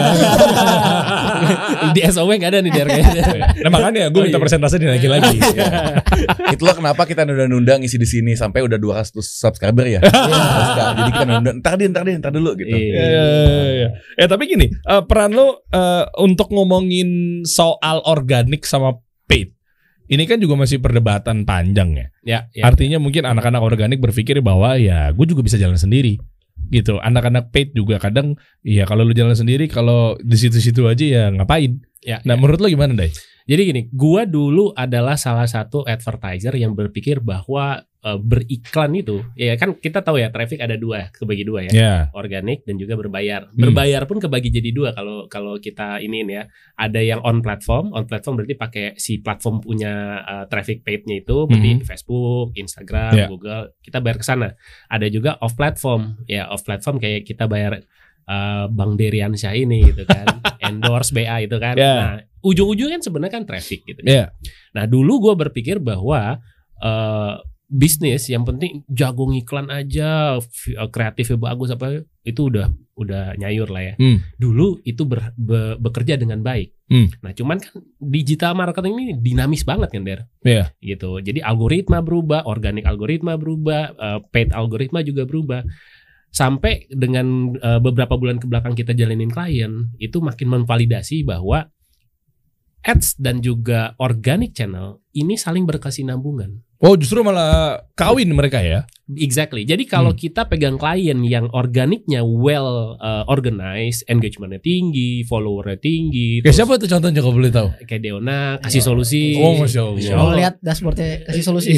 Di S O W nggak ada nih der kayaknya. Nah makanya gue minta persentase dinaikin lagi. Itulah kenapa kita nunda-nunda ngisi di sini sampai udah dua ratus subscriber ya. Jadi kita nunda, ntar deh, ntar deh, ntar dulu gitu. Iya, iya. Eh tapi gini, uh, peran lo uh, untuk ngomongin soal organik sama paid, ini kan juga masih perdebatan panjang ya. Ya, ya. Artinya mungkin anak-anak organik berpikir bahwa ya gue juga bisa jalan sendiri. Gitu. Anak-anak paid juga kadang ya kalau lu jalan sendiri, kalau di situ-situ aja ya ngapain. Ya, Nah ya. menurut lo gimana Dai? Jadi gini, gua dulu adalah salah satu advertiser yang berpikir bahwa uh, beriklan itu, ya kan kita tahu ya traffic ada dua, kebagi dua ya, Ya. organik dan juga berbayar. Hmm. Berbayar pun kebagi jadi dua kalau kalau kita iniin ya. Ada yang on platform, on platform berarti pakai si platform punya uh, traffic paid-nya itu, berarti Hmm. di Facebook, Instagram, Ya. Google, kita bayar ke sana. Ada juga off platform, ya off platform kayak kita bayar uh, Bang Deriansyah ini gitu kan, endorse B A itu kan. Ya. Nah, ujung-ujungnya kan sebenarnya kan traffic gitu. Ya. Nah dulu gue berpikir bahwa uh, bisnis yang penting jago ngiklan aja, v- kreatifnya bagus apa itu udah udah nyayur lah ya. Hmm. Dulu itu ber, be- bekerja dengan baik. Hmm. Nah cuman kan digital marketing ini dinamis banget kan Der. Ya. Gitu. Jadi algoritma berubah, organik algoritma berubah, uh, paid algoritma juga berubah. Sampai dengan uh, beberapa bulan kebelakang kita jalanin klien itu makin memvalidasi bahwa ads dan juga organic channel ini saling berkesinambungan. Oh justru malah kawin mereka ya? Exactly. Jadi kalau Hmm. kita pegang klien yang organiknya well uh, organized, engagementnya tinggi, followernya tinggi, Kayak siapa tuh contohnya kalau boleh tahu? kayak Deona kasih solusi. Oh masya Allah. Masya Kalau lihat dashboardnya kasih solusi.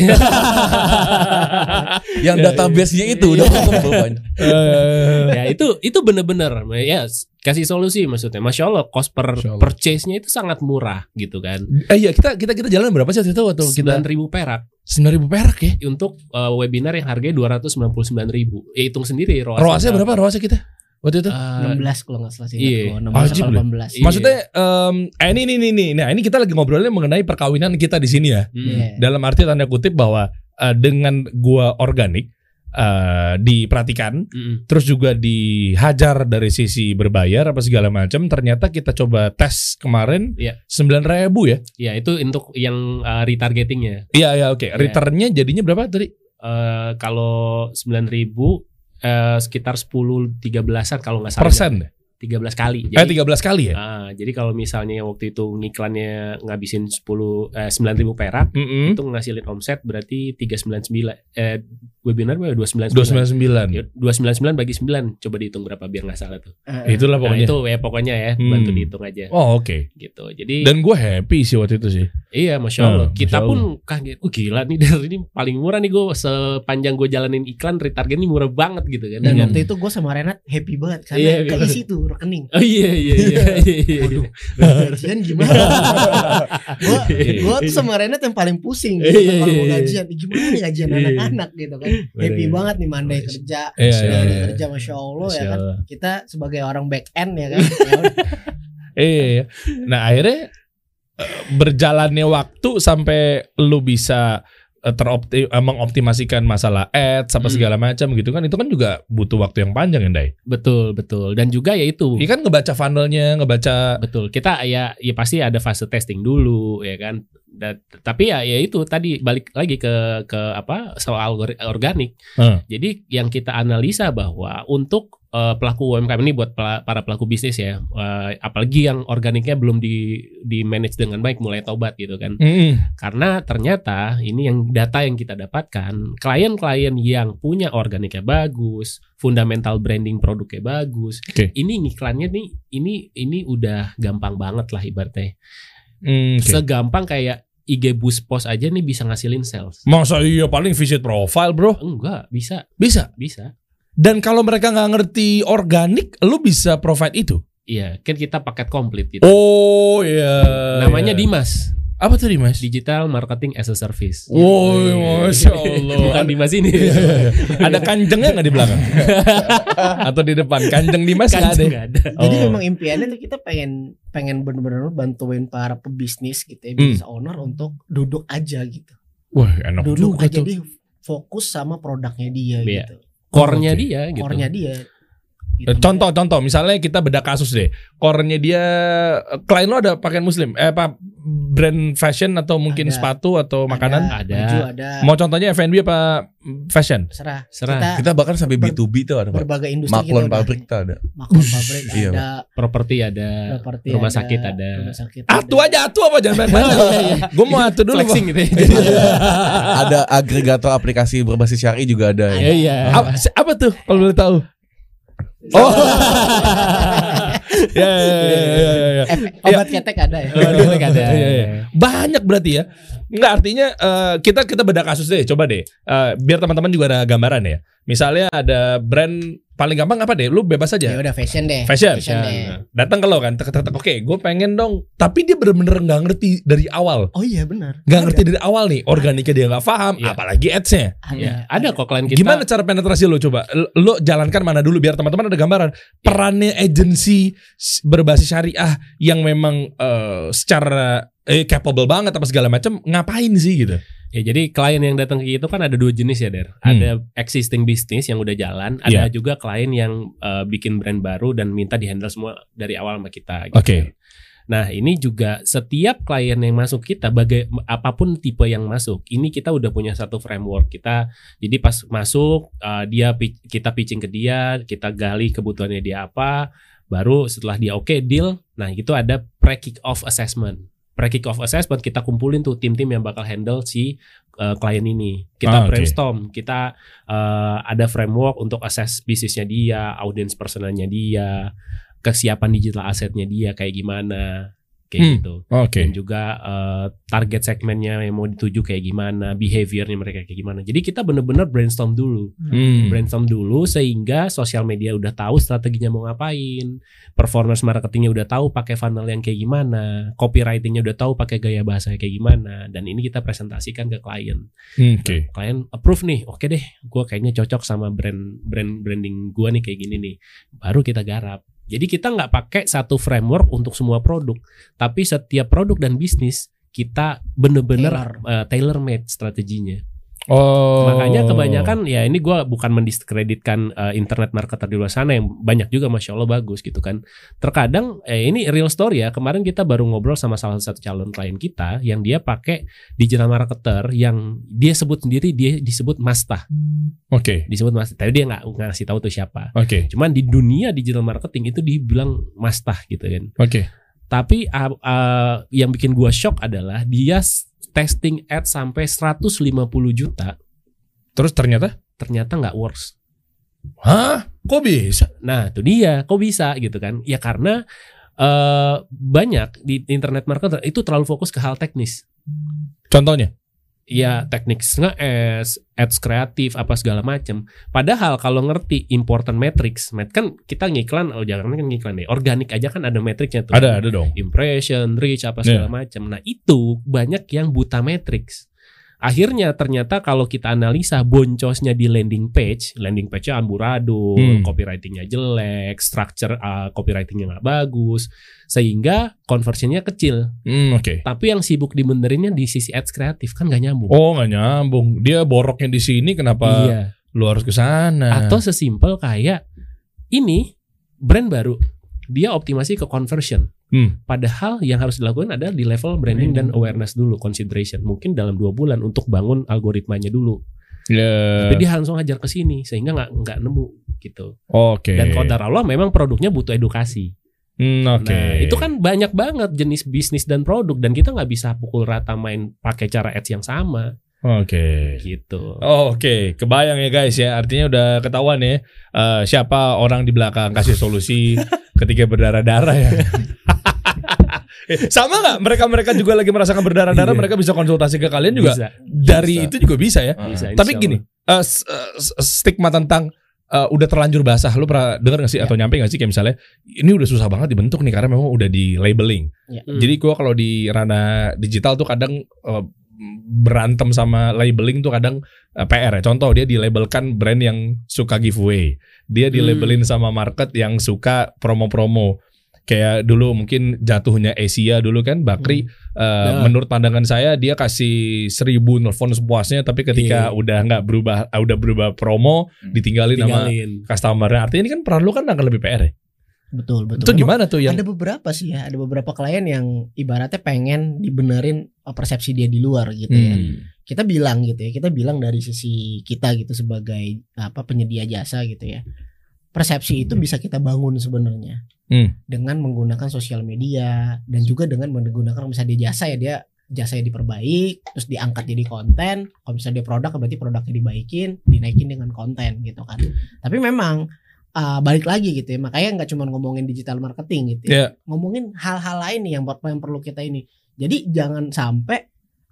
Yang database-nya itu udah ketemu banyak. Ya itu itu benar-benar ya kasih solusi maksudnya. Masya Allah cost per Masya Allah. purchase-nya itu sangat murah gitu kan. Eh iya kita kita kita jalan berapa sih waktu itu waktu kita sembilan ribu perak sembilan ribu perak ya? untuk uh, webinar yang harganya dua ratus sembilan puluh sembilan ribu. Ya hitung sendiri roasnya. Roasnya berapa roasnya kita waktu itu? Uh, enam belas kalau nggak salah sih. Iya. enam belas Ajib atau loh. delapan belas. Iya. Maksudnya em, eh, ini ini ini ini. Nah ini kita lagi ngobrolnya mengenai perkawinan kita di sini ya. hmm. Iya. Dalam arti tanda kutip bahwa eh, dengan gua organik eh, diperhatikan, Mm-mm. terus juga dihajar dari sisi berbayar apa segala macam. Ternyata kita coba tes kemarin Iya. sembilan ribu ya. Ya itu untuk yang uh, retargetingnya. Iya iya oke. Iya. Returnnya jadinya berapa tadi? Uh, kalau sembilan ribu uh, sekitar sepuluh tiga belasan kalau nggak salah. Persen. tiga belas kali. Eh tiga belas kali ya. ah, jadi kalau misalnya waktu itu ngiklannya ngabisin sepuluh eh, sembilan ribu perak, Mm-mm. itu ngasilin omset berarti tiga ratus sembilan puluh sembilan eh webinar berapa? dua ratus sembilan dua puluh sembilan. sembilan sembilan. Ya, dua ratus sembilan puluh sembilan bagi sembilan, coba dihitung berapa biar nggak salah tuh. Eh, Itulah Nah, pokoknya. itu ya pokoknya ya, Hmm. bantu dihitung aja. Oh oke. Gitu. Jadi Dan gue happy sih waktu itu sih. iya, masya Oh, Allah. Masya Kita Allah. pun kaget. Oh gila nih dari ini paling murah nih gue sepanjang gue jalanin iklan retarget ini murah banget gitu kan. Dan Hmm. waktu itu gue sama Renat happy banget karena Iya, iya. keisi tuh rekening. Oh iya iya iya. iya, iya. Gajian gimana? Gue gue tuh sama Renat yang paling pusing gitu, Iya, kalau mau iya, gajian. Gimana nih gajian Iya. anak-anak gitu kan? Happy Bener. banget nih Monday kerja, Iya, Senin iya, iya. kerja, masya Allah ya Masya kan. Allah. Kita sebagai orang back end ya kan. Ya udah. Iya, iya. Nah akhirnya eh, berjalannya waktu sampai lu bisa eh, teropti eh, mengoptimasikan masalah ads apa Hmm. segala macam gitu kan, itu kan juga butuh waktu yang panjang ya Dai. Betul betul. Dan juga ya itu. Iya kan ngebaca funnelnya, ngebaca. Betul. Kita ya ya pasti ada fase testing dulu ya kan. Dan, tapi ya ya itu tadi balik lagi ke ke apa soal algori- organik. Hmm. Jadi yang kita analisa bahwa untuk eh, pelaku U M K M ini buat pela- para pelaku bisnis ya, eh, apalagi yang organiknya belum di di manage dengan baik, mulai tobat gitu kan. Mm-mm. Karena ternyata ini yang data yang kita dapatkan, klien-klien yang punya organiknya bagus, fundamental branding produknya bagus, Oke. ini ngiklannya nih ini ini udah gampang banget lah ibaratnya. Mm, oke. Segampang kayak I G boost post aja nih bisa ngasilin sales. Masa iya paling visit profile bro? Enggak, bisa, Bisa. bisa. Dan kalau mereka nggak ngerti organik, lu bisa provide itu. Iya, kan kita paket komplit gitu. Oh iya. Namanya iya. Dimas, Apa tuh Dimas? Digital Marketing as a Service. Woi, masya Allah. Bukan Dimas ini. Ada kanjengnya nggak di belakang? Atau di depan? Kanjeng Dimas nggak ada. Kanjeng nggak ada. Jadi Oh. memang impiannya tuh kita pengen pengen bener-bener bantuin para pebisnis gitu ya, business owner untuk duduk aja gitu. Wah enak Duduk juga aja tuh. di fokus sama produknya dia Iya. gitu. Core-nya Oke. dia gitu. Core-nya dia. Gitu. Contoh-contoh, misalnya kita beda kasus deh. Core-nya dia, klien lo ada pakaian muslim, eh apa brand fashion atau mungkin Ada. sepatu atau makanan? Ada. Baju ada. Mau contohnya F and B apa fashion? Serah. Serah. Kita, Kita bahkan sampai ber- B to B tuh ada Pak. berbagai industri Maklon kita udah. pabrik tuh ada. Maklon pabrik Iya, ada. Properti ada. Properti Rumah ada, sakit ada. Rumah sakit Atu ada. aja, atu apa jangan main-main. Gue mau atu dulu. Flexing Bang. gitu ya. Ada agregator aplikasi berbasis syari juga ada. Iya iya. Apa, apa tuh kalau boleh tahu? Oh. Ya, ya, ya, ya, ya. Eh, obat ketek ada ya. Waduh, ada. Iya, iya. Banyak berarti ya. Enggak, artinya eh, kita kita beda kasus deh. Coba deh. Eh, biar teman-teman juga ada gambaran ya. Misalnya ada brand paling gampang apa deh? Lu bebas aja. Ya udah fashion deh. Fashion. deh. Datang ke lo kan, tek tek tek. Oke, gue pengen dong. Tapi dia bener-bener nggak ngerti dari awal. Oh iya benar. Nggak ngerti dari awal nih. Organiknya dia nggak paham. Iya. Apalagi ads-nya. Ada. Ya, ada kok klien kita. Gimana cara penetrasi lo coba? Lo- Lo jalankan mana dulu biar teman-teman ada gambaran. Perannya agensi s- berbasis syariah yang memang eh, secara eh, capable banget apa segala macam ngapain sih gitu? Ya jadi klien yang datang ke kita kan ada dua jenis ya Der. Hmm. Ada existing business yang udah jalan, Iya. ada juga klien yang uh, bikin brand baru dan minta dihandle semua dari awal sama kita. Gitu. Oke. Nah ini juga setiap klien yang masuk kita, bagai apapun tipe yang masuk, ini kita udah punya satu framework kita. Jadi pas masuk uh, dia pi- kita pitching ke dia, kita gali kebutuhannya dia apa, baru setelah dia oke deal, nah itu ada pre kick off assessment. Pre-kick off assessment kita kumpulin tuh tim-tim yang bakal handle si uh, klien ini. Kita Ah, oke. brainstorm, kita uh, ada framework untuk assess bisnisnya dia, audience personalnya dia, kesiapan digital asetnya dia kayak gimana, kayak Hmm, gitu. Oke. Dan juga uh, target segmennya yang mau dituju kayak gimana, behaviornya mereka kayak gimana. Jadi kita bener-bener brainstorm dulu. Hmm. Brainstorm dulu sehingga sosial media udah tahu strateginya mau ngapain, performance marketingnya udah tahu pakai funnel yang kayak gimana, copywritingnya udah tahu pakai gaya bahasa kayak gimana, dan ini kita presentasikan ke klien. Oke. Klien approve nih, oke deh, gue kayaknya cocok sama brand brand branding gue nih kayak gini nih, baru kita garap. Jadi kita nggak pakai satu framework untuk semua produk, tapi setiap produk dan bisnis kita bener-bener uh, tailor made strateginya. Oh. Makanya kebanyakan ya ini gue bukan mendiskreditkan uh, internet marketer di luar sana yang banyak juga masya Allah bagus gitu kan. Terkadang eh, ini real story ya. Kemarin kita baru ngobrol sama salah satu calon klien kita yang dia pakai digital marketer yang dia sebut sendiri dia disebut Mastah. Oke. Disebut Mastah. Tadi dia nggak ngasih tahu tuh siapa. Oke. Cuman di dunia digital marketing itu dibilang Mastah gitu kan. Oke. Tapi uh, uh, yang bikin gua shock adalah dia s- testing ad sampai seratus lima puluh juta, Terus ternyata? ternyata nggak works. Hah? Kok bisa? Nah itu dia, kok bisa gitu kan? Ya karena uh, banyak di internet marketer itu terlalu fokus ke hal teknis. Contohnya? Ya teknik nge-ads, ads kreatif apa segala macam. Padahal kalau ngerti important metrics, met- kan kita ngiklan, oh jangan kan ngiklan deh, organik aja kan ada metriknya tuh. Ada, ada dong. Impression, reach apa segala macam. Nah itu banyak yang buta matrix. Akhirnya ternyata kalau kita analisa boncosnya di landing page, landing page-nya amburadul, Hmm. copywriting-nya jelek, structure uh, copywriting-nya nggak bagus, sehingga conversion-nya kecil. Hmm, oke. Tapi yang sibuk dibenerinnya di sisi ads kreatif kan nggak nyambung. Oh, nggak nyambung. Dia boroknya di sini, kenapa Iya. lu harus ke sana? Atau sesimpel kayak ini brand baru, dia optimasi ke conversion. Hmm. Padahal yang harus dilakukan adalah di level branding dan awareness dulu, consideration. Mungkin dalam dua bulan untuk bangun algoritmanya dulu. Ya. Tapi dia langsung ajar ke sini sehingga nggak nggak nemu gitu. Oke. Dan qadar Allah memang produknya butuh edukasi. Hmm, oke. Nah itu kan banyak banget jenis bisnis dan produk dan kita nggak bisa pukul rata main pakai cara ads yang sama. Oke. Gitu. Oh, Oke, kebayang ya guys ya. Artinya udah ketahuan ya eh, siapa orang di belakang kasih solusi ketika berdarah-darah ya. Eh, Sama nggak? Mereka-mereka juga lagi merasakan berdarah-darah, Iya. mereka bisa konsultasi ke kalian juga. Bisa. Dari Bisa. itu juga bisa ya. Bisa, Tapi insya gini, eh, s- eh, s- stigma tentang eh, udah terlanjur basah, lu pernah dengar gak sih atau nyampe gak sih kayak misalnya ini udah susah banget dibentuk nih karena memang udah di labeling. Ya. Hmm. Jadi gua kalau di ranah digital tuh kadang eh, berantem sama labeling tuh kadang eh, P R ya. Contoh dia dilabelkan brand yang suka giveaway. Dia dilabelin sama market yang suka promo-promo. kayak dulu mungkin jatuhnya Asia dulu kan Bakri hmm. uh, nah. menurut pandangan saya dia kasih seribu nelfon sepuasnya tapi ketika yeah. udah nggak berubah uh, udah berubah promo hmm. ditinggalin, ditinggalin sama customernya. Artinya ini kan peran lu kan akan lebih P R ya. Betul betul. Itu gimana tuh yang ada beberapa sih ya, ada beberapa klien yang ibaratnya pengen dibenerin persepsi dia di luar gitu hmm. ya. Kita bilang gitu ya, kita bilang dari sisi kita gitu sebagai apa penyedia jasa gitu ya. Persepsi itu bisa kita bangun sebenarnya hmm. dengan menggunakan sosial media dan juga dengan menggunakan misalnya dia jasa ya dia jasanya diperbaik terus diangkat jadi konten. Kalau misalnya dia produk berarti produknya dibaikin, dinaikin dengan konten gitu kan. Tapi memang uh, balik lagi gitu ya, makanya nggak cuma ngomongin digital marketing gitu ya, yeah. ngomongin hal-hal lain nih yang yang perlu kita ini. Jadi jangan sampai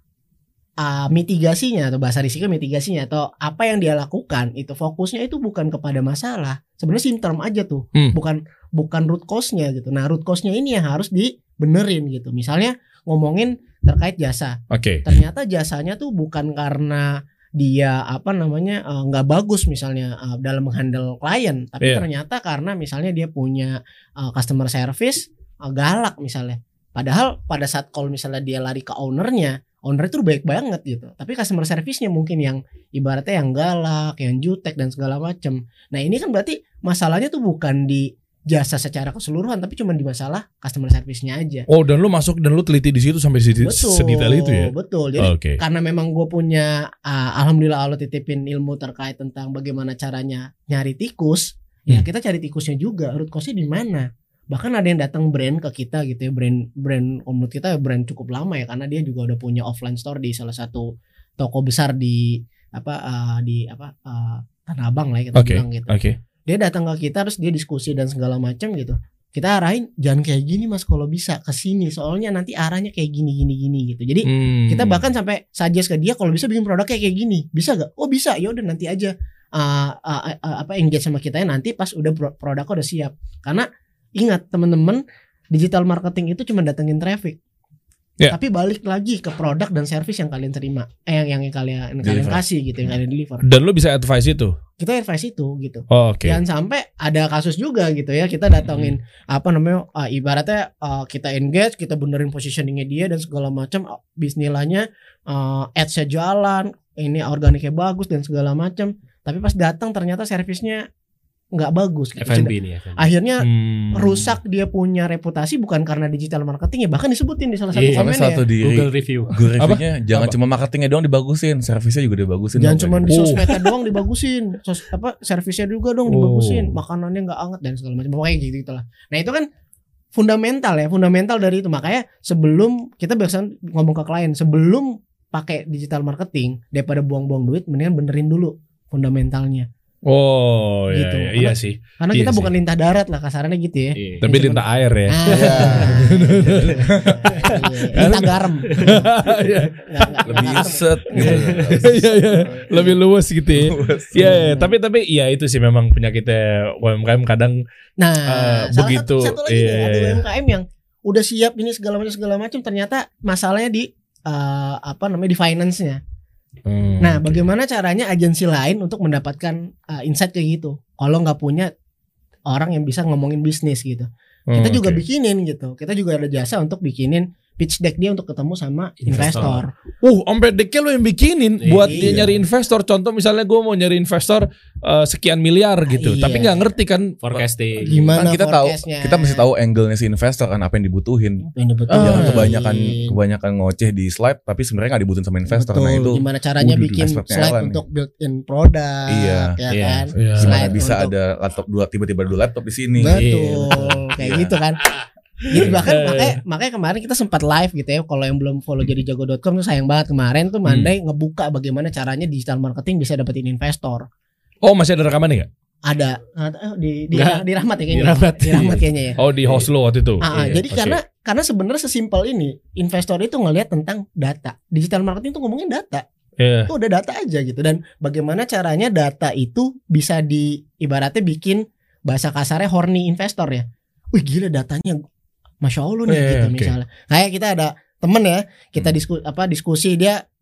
Uh, mitigasinya atau bahasa risiko mitigasinya atau apa yang dia lakukan itu fokusnya itu bukan kepada masalah, sebenarnya symptom aja tuh, hmm. bukan bukan root cause-nya gitu. Nah root cause-nya ini yang harus dibenerin gitu. Misalnya ngomongin terkait jasa, okay. ternyata jasanya tuh bukan karena dia apa namanya nggak uh, bagus misalnya uh, dalam menghandle klien, tapi yeah. ternyata karena misalnya dia punya uh, customer service uh, galak misalnya. Padahal pada saat call misalnya dia lari ke ownernya, owner itu baik banget gitu, tapi customer service-nya mungkin yang ibaratnya yang galak, yang jutek dan segala macam. Nah ini kan berarti masalahnya tuh bukan di jasa secara keseluruhan, tapi cuma di masalah customer service-nya aja. Oh dan lu masuk dan lu teliti di situ sampai sedetail, sedetail itu ya? Betul. Jadi okay. karena memang gue punya, uh, alhamdulillah Allah titipin ilmu terkait tentang bagaimana caranya nyari tikus, hmm. ya kita cari tikusnya juga, root cause-nya di mana. Bahkan ada yang datang brand ke kita gitu ya, brand brand menurut kita brand cukup lama ya, karena dia juga udah punya offline store di salah satu toko besar di apa uh, di apa uh, Tanah Abang lah ya kita okay. bilang gitu. Okay. Dia datang ke kita terus dia diskusi dan segala macam gitu. Kita arahin jangan kayak gini mas, kalau bisa ke sini soalnya nanti arahnya kayak gini gini gini gitu. Jadi hmm. kita bahkan sampai suggest ke dia kalau bisa bikin produknya kayak gini, bisa gak? Oh bisa, ya udah nanti aja uh, uh, uh, apa engage sama kita ya nanti pas udah produknya udah siap. Karena ingat teman-teman, digital marketing itu cuma datengin traffic, yeah. tapi balik lagi ke produk dan service yang kalian terima, eh yang yang kalian yang kalian kasih gitu, yang kalian deliver. Dan lo bisa advice itu? Kita advice itu gitu. Oh, okay. Jangan sampai ada kasus juga gitu ya, kita datengin hmm. apa namanya, uh, ibaratnya uh, kita engage, kita benerin positioningnya dia dan segala macam, uh, bisnilahnya, uh, ads-nya jalan, ini organiknya bagus dan segala macam, tapi pas datang ternyata servisnya nggak bagus gitu. F and B nih, F and B. Akhirnya hmm. rusak dia punya reputasi bukan karena digital marketing ya, bahkan disebutin di salah satu yeah, komen satu ya di Google review. Google reviewnya jangan apa? Cuma marketingnya doang dibagusin, servisnya juga dibagusin. Jangan cuma di oh. sosmednya doang dibagusin, sos apa servisnya juga dong dibagusin, oh. makanannya nggak anget dan segala macam, pokoknya gitu gitulah. Nah itu kan fundamental ya, fundamental dari itu. Makanya sebelum kita biasanya ngomong ke klien, sebelum pakai digital marketing daripada buang-buang duit, mendingan benerin dulu fundamentalnya. Oh iya, gitu. iya, Karena, iya sih. Karena iya kita sih. bukan lintah darat lah kasarannya gitu ya. Iya. Tapi lintah air ya. Ah, lintah garam. Lebih set. Iya iya. Lebih luas gitu ya. Iya, ya, tapi tapi iya itu sih memang penyakitnya U M K M kadang. Nah, uh, salah begitu. Satu, satu lagi iya, nih, ada iya. U M K M yang udah siap ini segala macam segala macam, ternyata masalahnya di uh, apa namanya di finance-nya. Hmm, nah, okay. Bagaimana caranya agensi lain untuk mendapatkan uh, insight kayak gitu? Kalau nggak punya orang yang bisa ngomongin bisnis gitu, kita hmm, juga okay. bikinin gitu. Kita juga ada jasa untuk bikinin pitch deck dia untuk ketemu sama investor. Uh, sampai decknya lo yang bikinin iya. buat dia nyari investor. Contoh misalnya gue mau nyari investor uh, sekian miliar gitu, iya. tapi nggak ngerti kan forecasting. Gimana kan kita tahu, kita mesti tahu angle-nya si investor kan, apa yang dibutuhin. Yang dibutuhin. Jangan kebanyakan kebanyakan ngoceh di slide, tapi sebenarnya nggak dibutuhin sama investor. Betul. Nah itu gimana caranya udah, bikin slide Ellen untuk build-in produk, iya. ya iya. kan? Iya. Gimana bisa untuk... ada laptop dua tiba-tiba dua laptop di sini. Betul, kayak Iya. gitu kan. Jadi bahkan makanya, makanya kemarin kita sempat live gitu ya. Kalau yang belum follow jadi jago dot com tuh sayang banget, kemarin tuh Mandai hmm. ngebuka bagaimana caranya digital marketing bisa dapetin investor. Oh masih ada rekaman nggak? Ada di di, Nggak. di Rahmat ya kayaknya. Di Rahmat. Di Rahmat kayaknya ya. Oh di host lo waktu itu. Ah, iya. Jadi okay. karena karena sebenarnya sesimpel ini, investor itu ngelihat tentang data. Digital marketing itu ngomongin data. Yeah. Itu udah data aja gitu, dan bagaimana caranya data itu bisa di ibaratnya bikin bahasa kasarnya horny investor ya. Wih gila datanya Masya Allah nih yeah, gitu okay. misalnya. Kayak kita ada temen ya, kita diskusi apa diskusi dia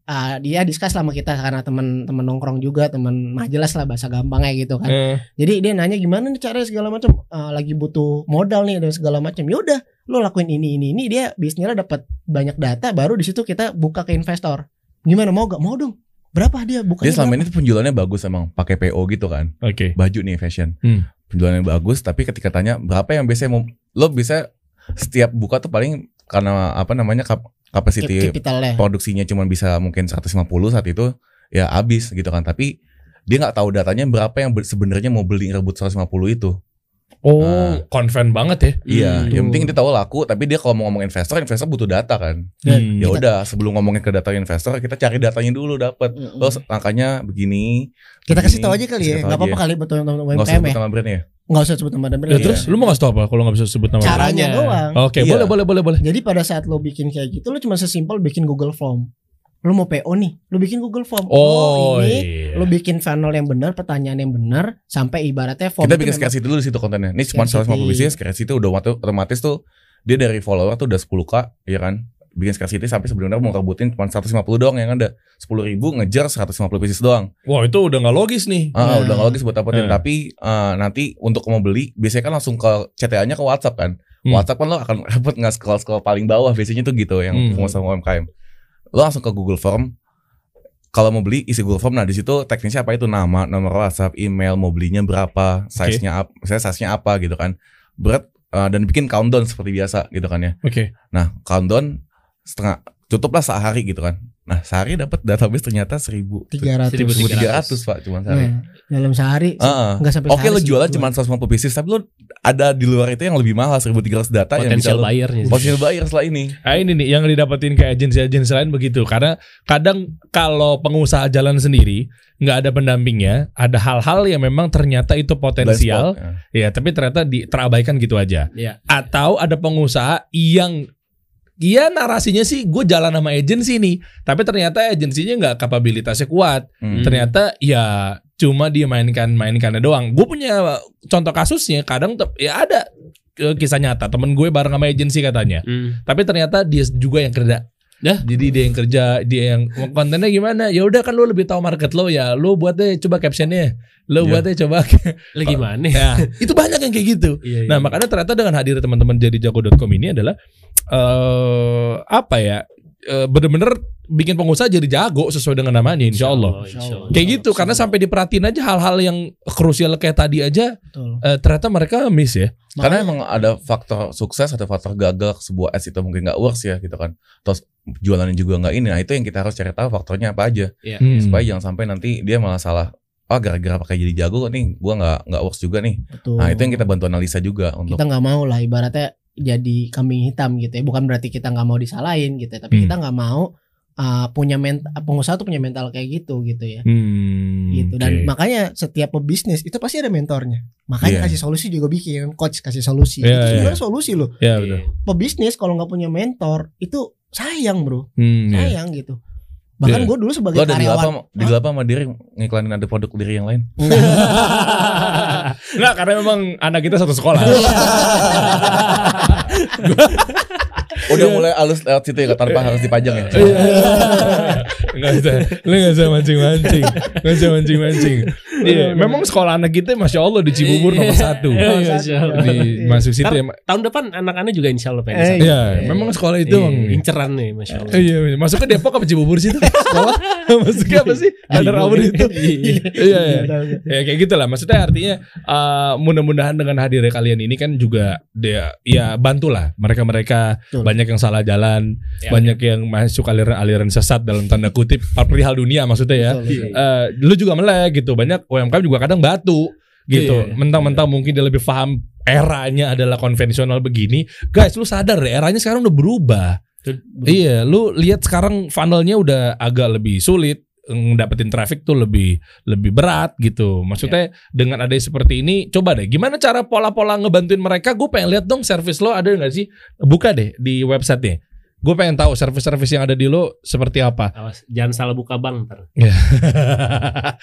uh, dia discuss sama kita karena teman-teman nongkrong juga, teman mah jelas lah bahasa gampangnya gitu kan. Eh. Jadi dia nanya gimana nih caranya segala macam, uh, lagi butuh modal nih dan segala macam. Ya udah, lo lakuin ini ini ini dia bisnisnya dapat banyak data, baru di situ kita buka ke investor. Gimana mau gak? Mau dong. Berapa dia buka? Dia selama ini tuh penjualannya bagus emang, pakai P O gitu kan. Oke. Okay. Baju nih fashion. Hmm. Penjualannya bagus, tapi ketika tanya berapa yang biasanya mau, lo bisa setiap buka tuh paling karena apa namanya kap, capacity produksinya cuma bisa mungkin seratus lima puluh saat itu ya habis gitu kan, tapi dia nggak tahu datanya berapa yang sebenarnya mau beli rebut seratus lima puluh itu. Oh, nah, konven banget ya. Iya, hmm. yang penting dia tahu laku, tapi dia kalau mau ngomong investor, investor butuh data kan. Hmm. Ya udah, sebelum ngomongin ke data investor, kita cari datanya dulu dapat. Hmm. Terus angkanya begini. Kita begini, kasih tahu aja kali ya, nggak apa-apa kali buat teman-teman U M K M ya. Nggak usah sebut nama brandnya ya. Nggak usah sebut nama brand. Ya, terus lu mau ngasih tau apa kalau nggak bisa sebut nama brand? Caranya doang. Oke, okay, iya. boleh boleh boleh boleh. Jadi pada saat lo bikin kayak gitu, lo cuma sesimpel bikin Google Form. Lo mau P O nih, lo bikin Google Form. Oh, oh ini, iya. lo bikin funnel yang benar, pertanyaan yang benar, sampai ibaratnya form. Kita bikin scarcity dulu di situ kontennya. Ini cuma seratus lima puluh bisnis, scarcity udah otomatis tuh dia dari follower tuh udah sepuluh ribu, ya kan? Bikin scarcity sampai sebenarnya mau rebutin cuma seratus lima puluh doang yang ada. sepuluh ribu ngejar seratus lima puluh bisnis doang. Wah, itu udah gak logis nih. Ah, nah. udah gak logis buat dapetin. Nah. Tapi uh, nanti untuk mau beli, biasanya kan langsung ke C T A-nya ke WhatsApp kan. Hmm. WhatsApp kan lo akan repot nggak scroll-scroll paling bawah. Biasanya tuh gitu yang hmm. pengusaha U M K M. Lo langsung ke Google Form. Kalau mau beli isi Google Form, nah di situ teknisnya apa itu nama, nomor WhatsApp, email, mau belinya berapa, size-nya apa, saya size-nya apa gitu kan. Berat uh, dan bikin countdown seperti biasa gitu kan ya. Oke. Okay. Nah, countdown setengah tutuplah sehari gitu kan. Nah, sehari dapat database ternyata seribu tiga ratus Pak cuma sehari. Nah, dalam sehari uh, enggak sampai Oke, okay, lo jualan cuma seratus lima puluh bisnis, tapi lo ada di luar itu yang lebih mahal seribu tiga ratus data potential yang bisa buyer-nya. Potential buyer setelah ini. Nah, ini nih yang didapetin ke agensi-agensi lain begitu. Karena kadang kalau pengusaha jalan sendiri nggak ada pendampingnya, ada hal-hal yang memang ternyata itu potensial, spot, ya. ya tapi ternyata di, terabaikan gitu aja. Ya. Atau ada pengusaha yang iya narasinya sih gue jalan sama agensi nih, tapi ternyata agensinya nggak kapabilitasnya kuat. Hmm. Ternyata ya cuma dia mainkan mainkannya doang. Gue punya contoh kasusnya, kadang ya ada kisah nyata temen gue bareng sama agensi katanya, hmm. tapi ternyata dia juga yang kerja. Dah, jadi dia yang kerja, dia yang kontennya gimana? Ya udah kan lo lebih tahu market lo ya, lo buat deh coba captionnya, lo yeah. buat deh coba. Lo gimana? Ya, itu banyak yang kayak gitu. Iya, iya. Nah makanya ternyata dengan hadir teman-teman jadi jago dot com ini adalah uh, apa ya? Uh, bener-bener bikin pengusaha jadi jago sesuai dengan namanya, insya Allah. Insya Allah. Kayak gitu, karena sampai diperhatiin aja hal-hal yang krusial kayak tadi aja, uh, ternyata mereka miss ya. Karena emang ada faktor sukses, ada faktor gagal sebuah ads itu mungkin nggak works ya gitu kan. Terus jualannya juga nggak ini, nah itu yang kita harus cari tahu faktornya apa aja, ya. hmm. supaya jangan sampai nanti dia malah salah. Oh gara-gara pakai jadi jago nih, gua nggak nggak works juga nih. Betul. Nah itu yang kita bantu analisa juga. Untuk kita nggak mau lah ibaratnya jadi kambing hitam gitu ya. Bukan berarti kita nggak mau disalahin gitu ya, tapi hmm. kita nggak mau uh, punya mental, pengusaha tuh punya mental kayak gitu gitu ya. Hmm, gitu dan okay. makanya setiap pebisnis itu pasti ada mentornya. Makanya yeah. kasih solusi juga bikin, coach kasih solusi. Yeah, itu sebenarnya yeah. solusi loh. Yeah, betul. Pebisnis kalau nggak punya mentor itu sayang bro, hmm, sayang yeah. gitu. Bahkan yeah. gue dulu sebagai lo karyawan di apa sama diri ngiklanin ada produk diri yang lain? Enggak, karena memang anak kita satu sekolah. Udah mulai halus lewat situ ya, tanpa harus dipajang ya. Enggak bisa, lu enggak bisa mancing-mancing, enggak bisa mancing-mancing. Iya, memang sekolah anak kita masya Allah di Cibubur nomor satu. Di masuk situ ya. Tahun depan anak-anak juga insya Allah pengen. Iya, memang sekolah itu emang inceran nih masya Allah. Iya, masuk ke Depok apa Cibubur sih? Sekolah masuknya apa sih? Ada rawur itu. Iya, iya. Ya kayak gitulah. Maksudnya artinya uh, mudah-mudahan dengan hadirnya kalian ini kan juga dia ya bantulah mereka-mereka banyak yang salah jalan, ya, banyak ya. yang masuk aliran-aliran sesat dalam tanda kutip perihal dunia maksudnya ya. Betul, uh, lu juga melek gitu. Banyak U M K M juga kadang batu gitu. Iya, mentang-mentang iya. mungkin dia lebih paham eranya adalah konvensional begini. Guys, lu sadar deh eranya sekarang udah berubah. Betul. Iya, lu lihat sekarang funnelnya udah agak lebih sulit, dapetin traffic tuh lebih lebih berat gitu. Maksudnya yeah. dengan ada seperti ini, coba deh gimana cara pola-pola ngebantuin mereka. Gue pengen lihat dong service lo ada nggak sih? Buka deh di websitenya. Gue pengen tahu service-service yang ada di lo seperti apa. Awas, jangan salah buka bank ntar.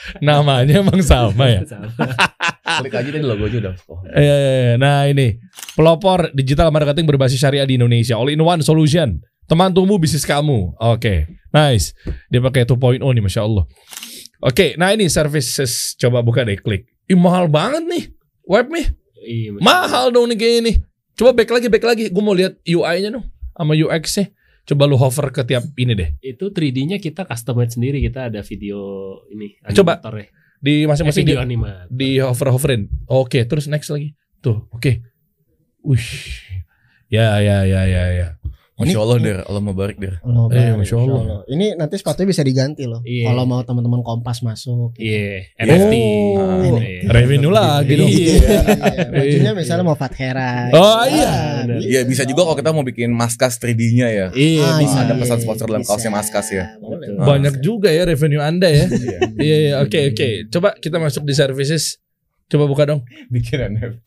Namanya emang sama ya. Klik aja deh logo aja udah. Nah ini pelopor digital marketing berbasis syariah di Indonesia. All in one solution. Teman tumbuh bisnis kamu. Oke, okay. Nice. Dia pakai dua titik nol nih, Masya Allah. Oke, okay, nah ini services. Coba buka deh, klik. Ih, mahal banget nih. Web nih. Iya, mahal dong nih kayak ini. Coba back lagi, back lagi. Gue mau lihat U I-nya dong. Sama U X-nya. Coba lu hover ke tiap ini deh. Itu tiga D-nya kita customize sendiri. Kita ada video ini. Coba. Ya. Di masing-masing eh, di, di hover-hoverin. Oke, okay, terus next lagi. Tuh, oke. Okay. Ush. Ya, ya, ya, ya, ya. Masya Allah, Der. Allah Mubarak, Der. Allah, eh, Masya Allah. Allah. Ini nanti sepatunya bisa diganti loh. Yeah. Kalau mau teman-teman Kompas masuk. Iya, yeah. N F T. Oh, N F T. Revenue lagi dong. Iya. Bajunya misalnya mau Fathera. Oh iya. Iya, bisa juga kalau kita mau bikin maskas tiga D-nya ya. Iya, Ah, bisa. Ada pesan sponsor dalam kaosnya maskas ya. Betul. Banyak juga ya revenue Anda ya. Iya, iya, oke, oke. Coba kita masuk di services. Coba buka dong. Bikin N F T.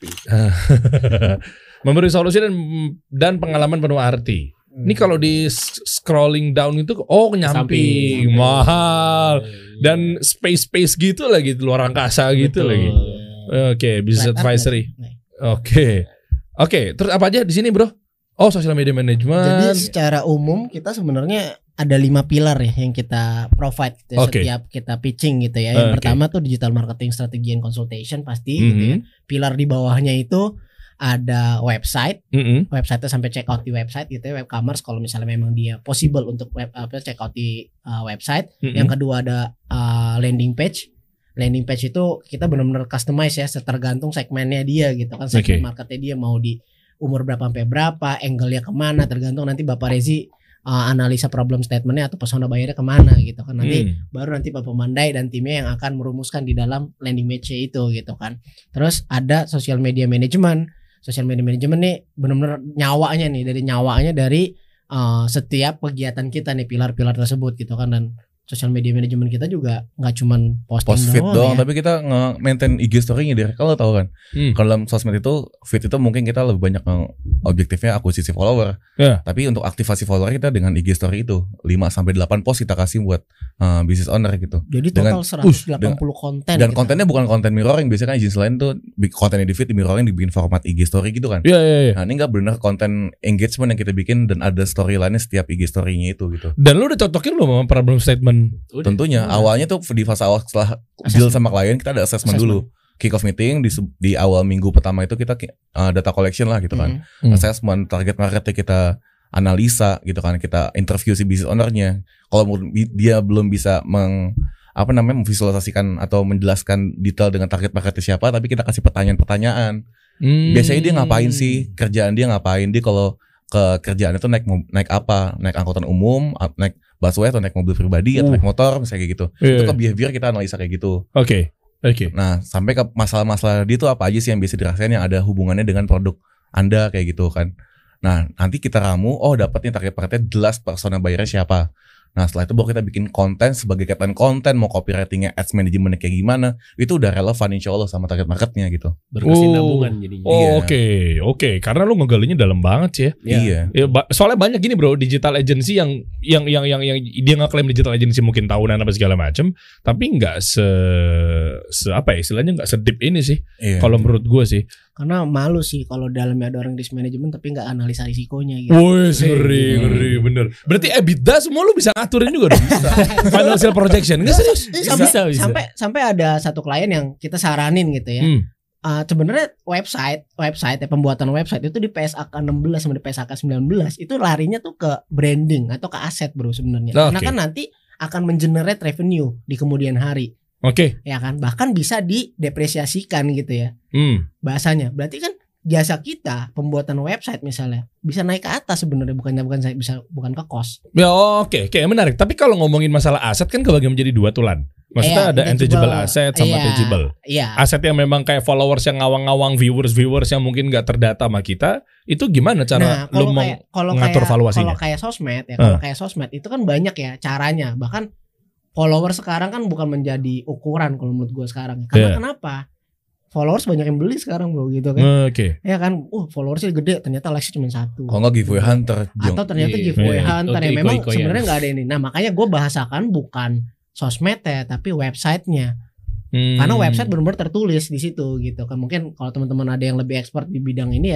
Memberi solusi dan dan pengalaman penuh arti. Ini kalau di scrolling down itu, oh nyamping, Samping. mahal, dan space space gitu lagi, luar angkasa gitu Betul. lagi. Oke, business Flat advisory. art. Oke, oke. Terus apa aja di sini, bro? Oh, social media Jadi management. secara umum kita sebenarnya ada lima pilar ya yang kita provide gitu ya, Oke. setiap kita pitching gitu ya. Yang Oke. pertama tuh digital marketing strategi and consultation pasti Mhm. gitu ya. Pilar di bawahnya itu ada website, Mm-mm. website sampai check out di website gitu ya, webcommerce kalau misalnya memang dia possible untuk web apa check out di uh, website. Mm-mm. Yang kedua ada uh, landing page. Landing page itu kita benar-benar customize ya, tergantung segmennya dia gitu kan, segmen Oke. marketnya dia mau di umur berapa sampai berapa, angle-nya kemana, tergantung nanti Bapak Rezi uh, analisa problem statementnya atau persona bayarnya kemana gitu kan. Nanti Hmm. baru nanti Pak Pemandai dan timnya yang akan merumuskan di dalam landing page itu gitu kan. Terus ada social media management. Social media management nih benar-benar nyawanya nih, dari nyawanya dari uh, setiap kegiatan kita nih, pilar-pilar tersebut gitu kan. Dan social media management kita juga nggak cuman posting Post feed doang, doang, ya. tapi kita nge-maintain I G story-nya, Der. Kalau tahu kan. Hmm. Kalau dalam sosmed itu feed itu mungkin kita lebih banyak nge- objektifnya akuisisi follower. Ya. Tapi untuk aktivasi follower kita dengan I G story itu lima sampai delapan post kita kasih buat uh, business owner gitu. Jadi dengan- total seratus delapan puluh konten Dan gitu. kontennya bukan konten mirroring. Biasanya kan agensi lain tuh bi- kontennya di feed di mirroring dibikin format I G story gitu kan. Iya, iya, iya. Nah ini gak bener konten engagement yang kita bikin dan ada storyline-nya setiap I G story-nya itu gitu. Dan lu udah cocokin belum sama problem statement? Udah. Tentunya Udah. awalnya tuh di fase awal setelah deal sama klien kita ada assessment, dulu. Kick off meeting di, se- di awal minggu pertama itu kita uh, data collection lah gitu kan. Mhm. Hmm. Assessment target marketnya kita analisa gitu kan, kita interview si business owner-nya. Kalau menurut bi- dia belum bisa meng apa namanya memvisualisasikan atau menjelaskan detail dengan target marketnya siapa, tapi kita kasih pertanyaan-pertanyaan. Hmm. Biasanya dia ngapain sih? Kerjaan dia ngapain? Dia kalau ke kerjaannya tuh naik mo- naik apa? Naik angkutan umum, a- naik busway atau naik mobil pribadi atau Uh. naik motor misalnya kayak gitu. Iya. Itu ke behavior kita analisa kayak gitu. Oke, oke. Nah, sampai ke masalah-masalah dia tuh apa aja sih yang bisa dirasain yang ada hubungannya dengan produk Anda kayak gitu kan. Nah, nanti kita ramu, oh dapat nih target marketnya jelas persona bayarnya siapa. Nah, setelah itu baru kita bikin konten sebagai kaitan konten, mau copywritingnya, ads manajemennya kayak gimana, itu udah relevan insya Allah sama target marketnya gitu. Berkesinambungan jadinya. Oh, Iya. oke, oke. Karena lu ngegalinya dalam banget sih ya. Iya. Iya. Ya, ba- soalnya banyak gini bro, digital agency yang yang yang yang, yang dia ngeklaim digital agency mungkin tahunan apa segala macam, tapi nggak se, se apa ya istilahnya nggak sedip ini sih. Iya. Kalau menurut gue sih. Karena malu sih kalau dalamnya ada orang risk management tapi nggak analisa risikonya gitu. Woi, ngeri, ngeri, bener. Berarti EBITDA semua lu bisa ngaturin juga dong. Financial projection, nggak serius? Ini Bisa, sampai, bisa, bisa. sampai sampai ada satu klien yang kita saranin gitu ya. Hmm. Uh, sebenarnya website website ya, pembuatan website itu di P S A K enam belas sama di P S A K sembilan belas itu larinya tuh ke branding atau ke aset bro sebenarnya. Nah, Karena oke. kan nanti akan mengenerate revenue di kemudian hari, Oke. ya kan? Bahkan bisa didepresiasikan gitu ya Hmm. bahasanya. Berarti kan jasa kita pembuatan website misalnya bisa naik ke atas sebenarnya, bukannya bukan bisa bukan ke cost. Ya oke, oke menarik. Tapi kalau ngomongin masalah aset kan kebagi menjadi dua tuh Lan. Maksudnya Iya, ada intangible intangible. asset sama Iya, tangible. Iya. Aset yang memang kayak followers yang ngawang-ngawang, viewers-viewers yang mungkin nggak terdata sama kita, itu gimana cara Nah, lu kalau mau kayak kalau ngatur kayak valuasinya? kalau kayak sosmed ya, kalau kayak sosmed itu kan banyak ya caranya. Bahkan follower sekarang kan bukan menjadi ukuran kalau menurut gue sekarang. Karena Iya. kenapa? Followers banyak yang beli sekarang bro gitu kan. Oke. Ya kan, uh followersnya gede, ternyata likes cuma satu. Kalau nggak giveaway hunter, Jong. Atau ternyata Iya. giveaway Iya. hunter Oke, yang memang iko-ikoyan. sebenarnya nggak ada ini. Nah makanya gue bahasakan bukan sosmed ya, tapi websitenya. Hmm. Karena website benar-benar tertulis di situ gitu kan. Mungkin kalau teman-teman ada yang lebih expert di bidang ini ya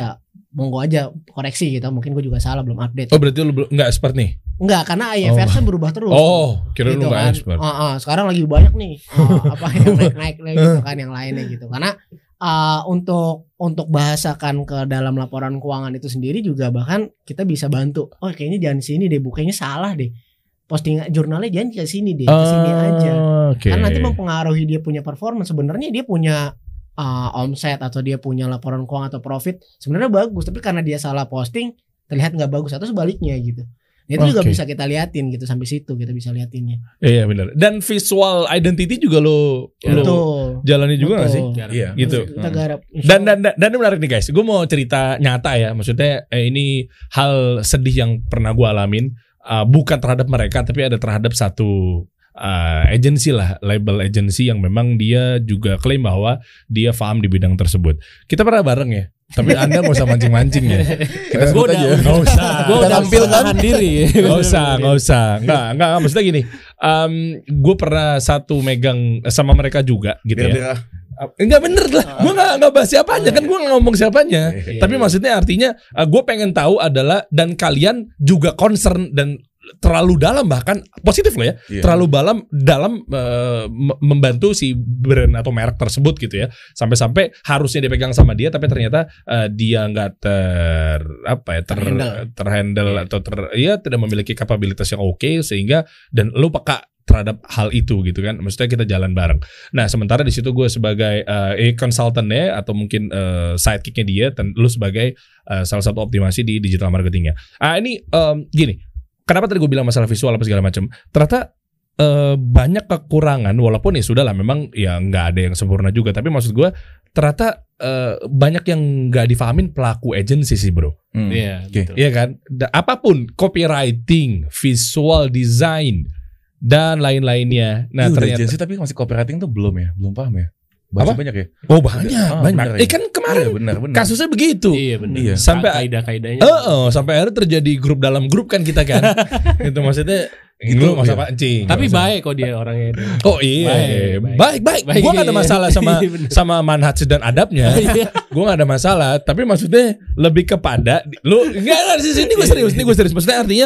monggo aja koreksi gitu. Mungkin gue juga salah belum update. Oh berarti lu belum nggak expert nih? Enggak, karena I F R S oh. berubah terus. Oh, kira gitu lu nggak kan. expert. Uh, uh, sekarang lagi banyak nih uh, apa yang naik-naik gitu kan yang lainnya gitu. Karena uh, untuk untuk bahasakan ke dalam laporan keuangan itu sendiri juga bahkan kita bisa bantu. Oh kayaknya jangan sini deh, bukannya salah deh. Posting jurnalnya jangan ke sini deh, ke sini uh, aja. Okay. Karena nanti mempengaruhi dia punya performance. Sebenarnya dia punya uh, omset atau dia punya laporan keuangan atau profit sebenarnya bagus, tapi karena dia salah posting terlihat nggak bagus atau sebaliknya gitu. Itu okay. juga bisa kita liatin gitu sampai situ kita bisa liatinnya. Iya benar. Dan visual identity juga lo, lo jalani juga nggak sih? Iya. Gitu. Kita garap. Dan dan dan, dan menarik nih guys. Gue mau cerita nyata ya. Maksudnya eh, ini hal sedih yang pernah gue alamin. Uh, bukan terhadap mereka tapi ada terhadap satu uh, agensi lah, label agensi yang memang dia juga klaim bahwa dia paham di bidang tersebut. Kita pernah bareng ya. Tapi Anda gak usah mancing-mancing ya. Kita sebut aja. Gak usah. Gue udah tampilkan diri. Gak usah, gak usah. Enggak, enggak, enggak. Maksudnya gini. Um, gue pernah satu megang sama mereka juga gitu ya. Enggak bener lah. Gue gak, gak bahas siapanya. Kan gue gak ngomong siapanya. Tapi maksudnya artinya uh, gue pengen tahu adalah dan kalian juga concern dan terlalu dalam bahkan positif loh ya, yeah. terlalu dalam dalam uh, membantu si brand atau merek tersebut gitu ya, sampai-sampai harusnya dipegang sama dia tapi ternyata uh, dia nggak ter apa ya ter terhandle yeah. atau ter ya tidak memiliki kapabilitas yang oke okay, sehingga dan lu peka terhadap hal itu gitu kan, maksudnya kita jalan bareng. Nah sementara di situ gue sebagai uh, eh konsultannya atau mungkin uh, sidekicknya dia, dan lu sebagai uh, salah satu optimasi di digital marketingnya. Ah ini um, gini. Kenapa tadi gue bilang masalah visual apa segala macam? Ternyata e, banyak kekurangan, walaupun ya sudah lah, memang ya nggak ada yang sempurna juga. Tapi maksud gue ternyata e, banyak yang nggak difahamin pelaku agency sih bro. Hmm. Iya, okay. Iya kan. Da, apapun copywriting, visual design dan lain-lainnya. Nah Ih, ternyata agency tapi masih copywriting tuh belum ya, belum paham ya. Baca apa? Banyak ya? Oh banyak, ah, banyak. Eh kan kemarin iya, bener, bener. kasusnya begitu. Iya benar. Iya. Sampai kaidah-kaidahnya. Oh, oh, sampai akhirnya terjadi grup dalam grup kan kita kan. Itu maksudnya gitu Gitu, masa iya. pancing. Tapi baik kok dia orangnya. Oh iya, baik baik. baik. Gue gak ada masalah sama sama manhaj dan adabnya. Gue gak ada masalah. Tapi maksudnya lebih kepada lu nggak di sini gue serius, ini gue serius. Maksudnya artinya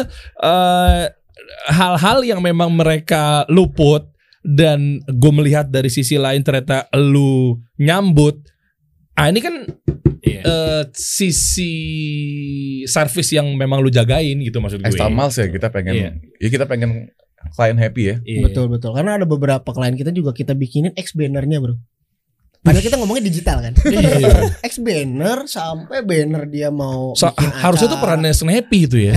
uh, hal-hal yang memang mereka luput. Dan gue melihat dari sisi lain ternyata lu nyambut. Ah ini kan yeah. uh, sisi service yang memang lu jagain gitu maksud gue. Extra miles ya kita pengen. Yeah. Ya kita pengen klien happy ya. Yeah. Betul betul. Karena ada beberapa klien kita juga kita bikinin X bannernya bro. Padahal kita ngomongnya digital kan. X banner sampai banner dia mau so, bikin harusnya tuh perannya Snappy itu ya.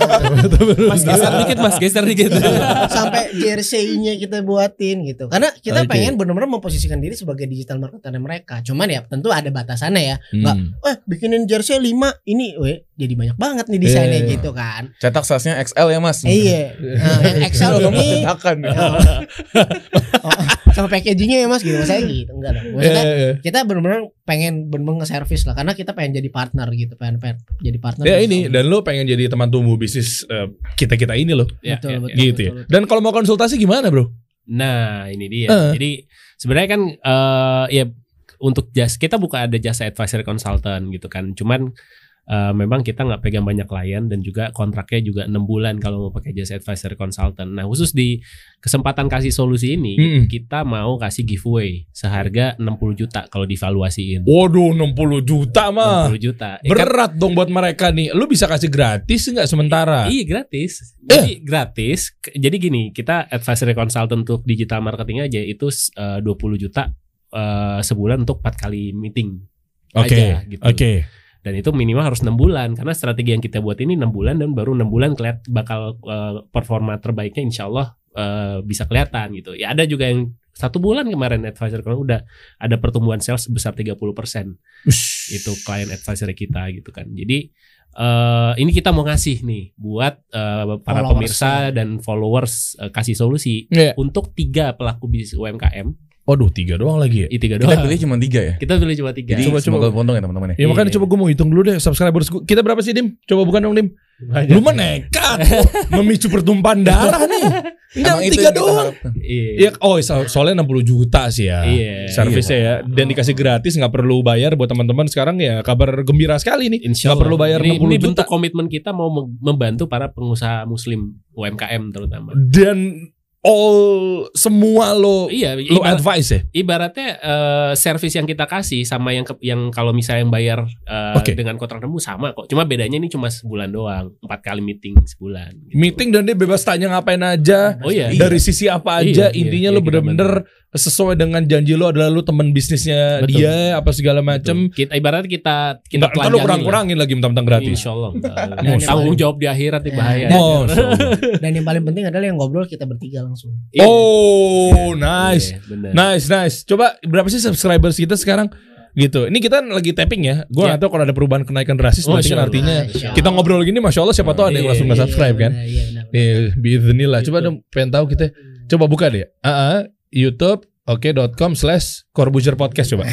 Mas geser dikit, mas geser dikit. Sampai jersey-nya kita buatin gitu. Karena kita okay. pengen benar-benar memposisikan diri sebagai digital marketer mereka. Cuman ya tentu ada batasannya ya. Enggak, hmm. eh bikinin jersey lima ini, weh jadi banyak banget nih desainnya yeah. gitu kan. Cetak size-nya X L ya mas. Iya. Nah, yang X L ini oh, sama packagingnya ya mas gitu. Saya gitu enggak dong. Maksudnya yeah, yeah. kita benar-benar pengen benar-benar nge-service lah karena kita pengen jadi partner gitu, pengen, pengen jadi partner. Ya ini dan lu pengen jadi teman tumbuh bisnis uh, kita-kita ini loh. Ya, betul, ya, betul, gitu betul, ya. betul. Dan kalau mau konsultasi gimana, bro? Nah, ini dia. Uh. Jadi sebenarnya kan uh, ya untuk jas kita bukan ada jasa advisory consultant gitu kan. Cuman Uh, memang kita nggak pegang banyak klien dan juga kontraknya juga enam bulan kalau mau pakai jasa advisory consultant. Nah khusus di kesempatan kasih solusi ini hmm. kita mau kasih giveaway seharga enam puluh juta kalau divaluasiin. Waduh enam puluh juta mah enam puluh juta berat ya, dong buat mereka nih. Lu bisa kasih gratis nggak sementara? Iya gratis. Jadi eh. gratis. Jadi gini, kita advisory consultant untuk digital marketing aja itu uh, dua puluh juta uh, sebulan untuk empat kali meeting. Oke. Okay. Gitu. Oke. Okay. Dan itu minimal harus enam bulan karena strategi yang kita buat ini enam bulan dan baru enam bulan kelihat bakal uh, performa terbaiknya insya Allah uh, bisa kelihatan gitu. Ya ada juga yang satu bulan kemarin advisor kalau udah ada pertumbuhan sales sebesar tiga puluh persen. Itu klien advisor kita gitu kan. Jadi uh, ini kita mau ngasih nih buat uh, para followers pemirsa ya. Dan followers uh, kasih solusi yeah. untuk tiga pelaku bisnis U M K M Waduh, tiga doang lagi ya. I tiga Kita doang. pilih cuma tiga ya. Kita pilih cuma tiga. Jadi Coba, semoga coba. untung ya teman-teman ya. Ya makanya Iya. coba gue mau hitung dulu deh subscribers gua. Kita berapa sih, Dim? Coba bukan dong, Dim. Banyak. Lu mah nekat. Memicu pertumpahan darah nih. Enggak, Emang itu tiga yang kita doang. harapkan. Iya. Iya, oh so- soalnya enam puluh juta sih ya. Iya. Servisnya ya. Dan dikasih gratis, nggak perlu bayar buat teman-teman sekarang ya. Kabar gembira sekali nih. Insya Nggak perlu bayar ini, enam puluh ini juta. bentuk komitmen kita mau mem- membantu para pengusaha muslim U M K M terutama. Dan all semua lo Iya, lo ibarat- advice ya. ibaratnya eh, service yang kita kasih sama yang ke- yang kalau misalnya yang bayar eh, Oke. dengan kontrak temu sama kok. Cuma bedanya ini cuma sebulan doang, empat kali meeting sebulan. gitu. Meeting dan dia bebas tanya ngapain aja. Oh iya. Dari sisi apa aja, Iya, intinya iya, lo iya, kita bener-bener sesuai dengan janji lo adalah lo teman bisnisnya Betul. dia apa segala macem. Betul. Kita ibaratnya kita kita Nggak, ntar lo telanjangin lah. kurang-kurangin lagi mentang-mentang gratis. Insya Allah. Dan Tanggung jawab di akhirat nih bahaya. Dan- Oh, Dan yang paling penting adalah yang ngobrol kita bertiga langsung. Iya. oh, nice. Iya, benar. Nice, nice. Coba berapa sih subscribers kita sekarang? Gitu. Ini kita lagi tapping ya. Gue Iya. nggak tahu kalau ada perubahan kenaikan drastis. Oh, Berarti kan Masya Allah. artinya Masya Allah. kita ngobrol gini, masya Allah siapa tahu ada yang Iya, langsung nggak iya, subscribe kan? Iya, benar, iya, Iya, biiznillah. Coba Gitu. dong, pengen tahu kita. Coba buka deh. Ah, ah, YouTube. Oke, dot com slash Corbuzier podcast coba.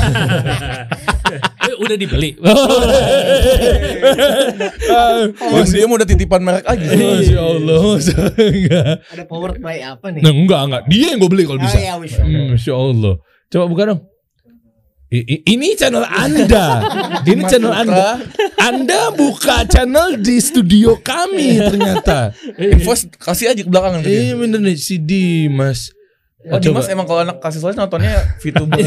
Eh, udah dibeli. Oh, dia mau udah titipan merek aja. Masya Allah, masa enggak. Ada powered by apa nih? Nah, enggak, enggak. Dia yang gue beli kalau bisa. Oh, iya, wish. Hmm, Masya Allah. Coba buka dong. I- i- ini channel Anda. Ini channel Anda. Anda buka channel di studio kami ternyata. Invoice kasih aja ke belakangan ke dia. Iya bener nih si Dimas. Oh, Dimas emang kalau anak kasih solusi nontonnya VTuber.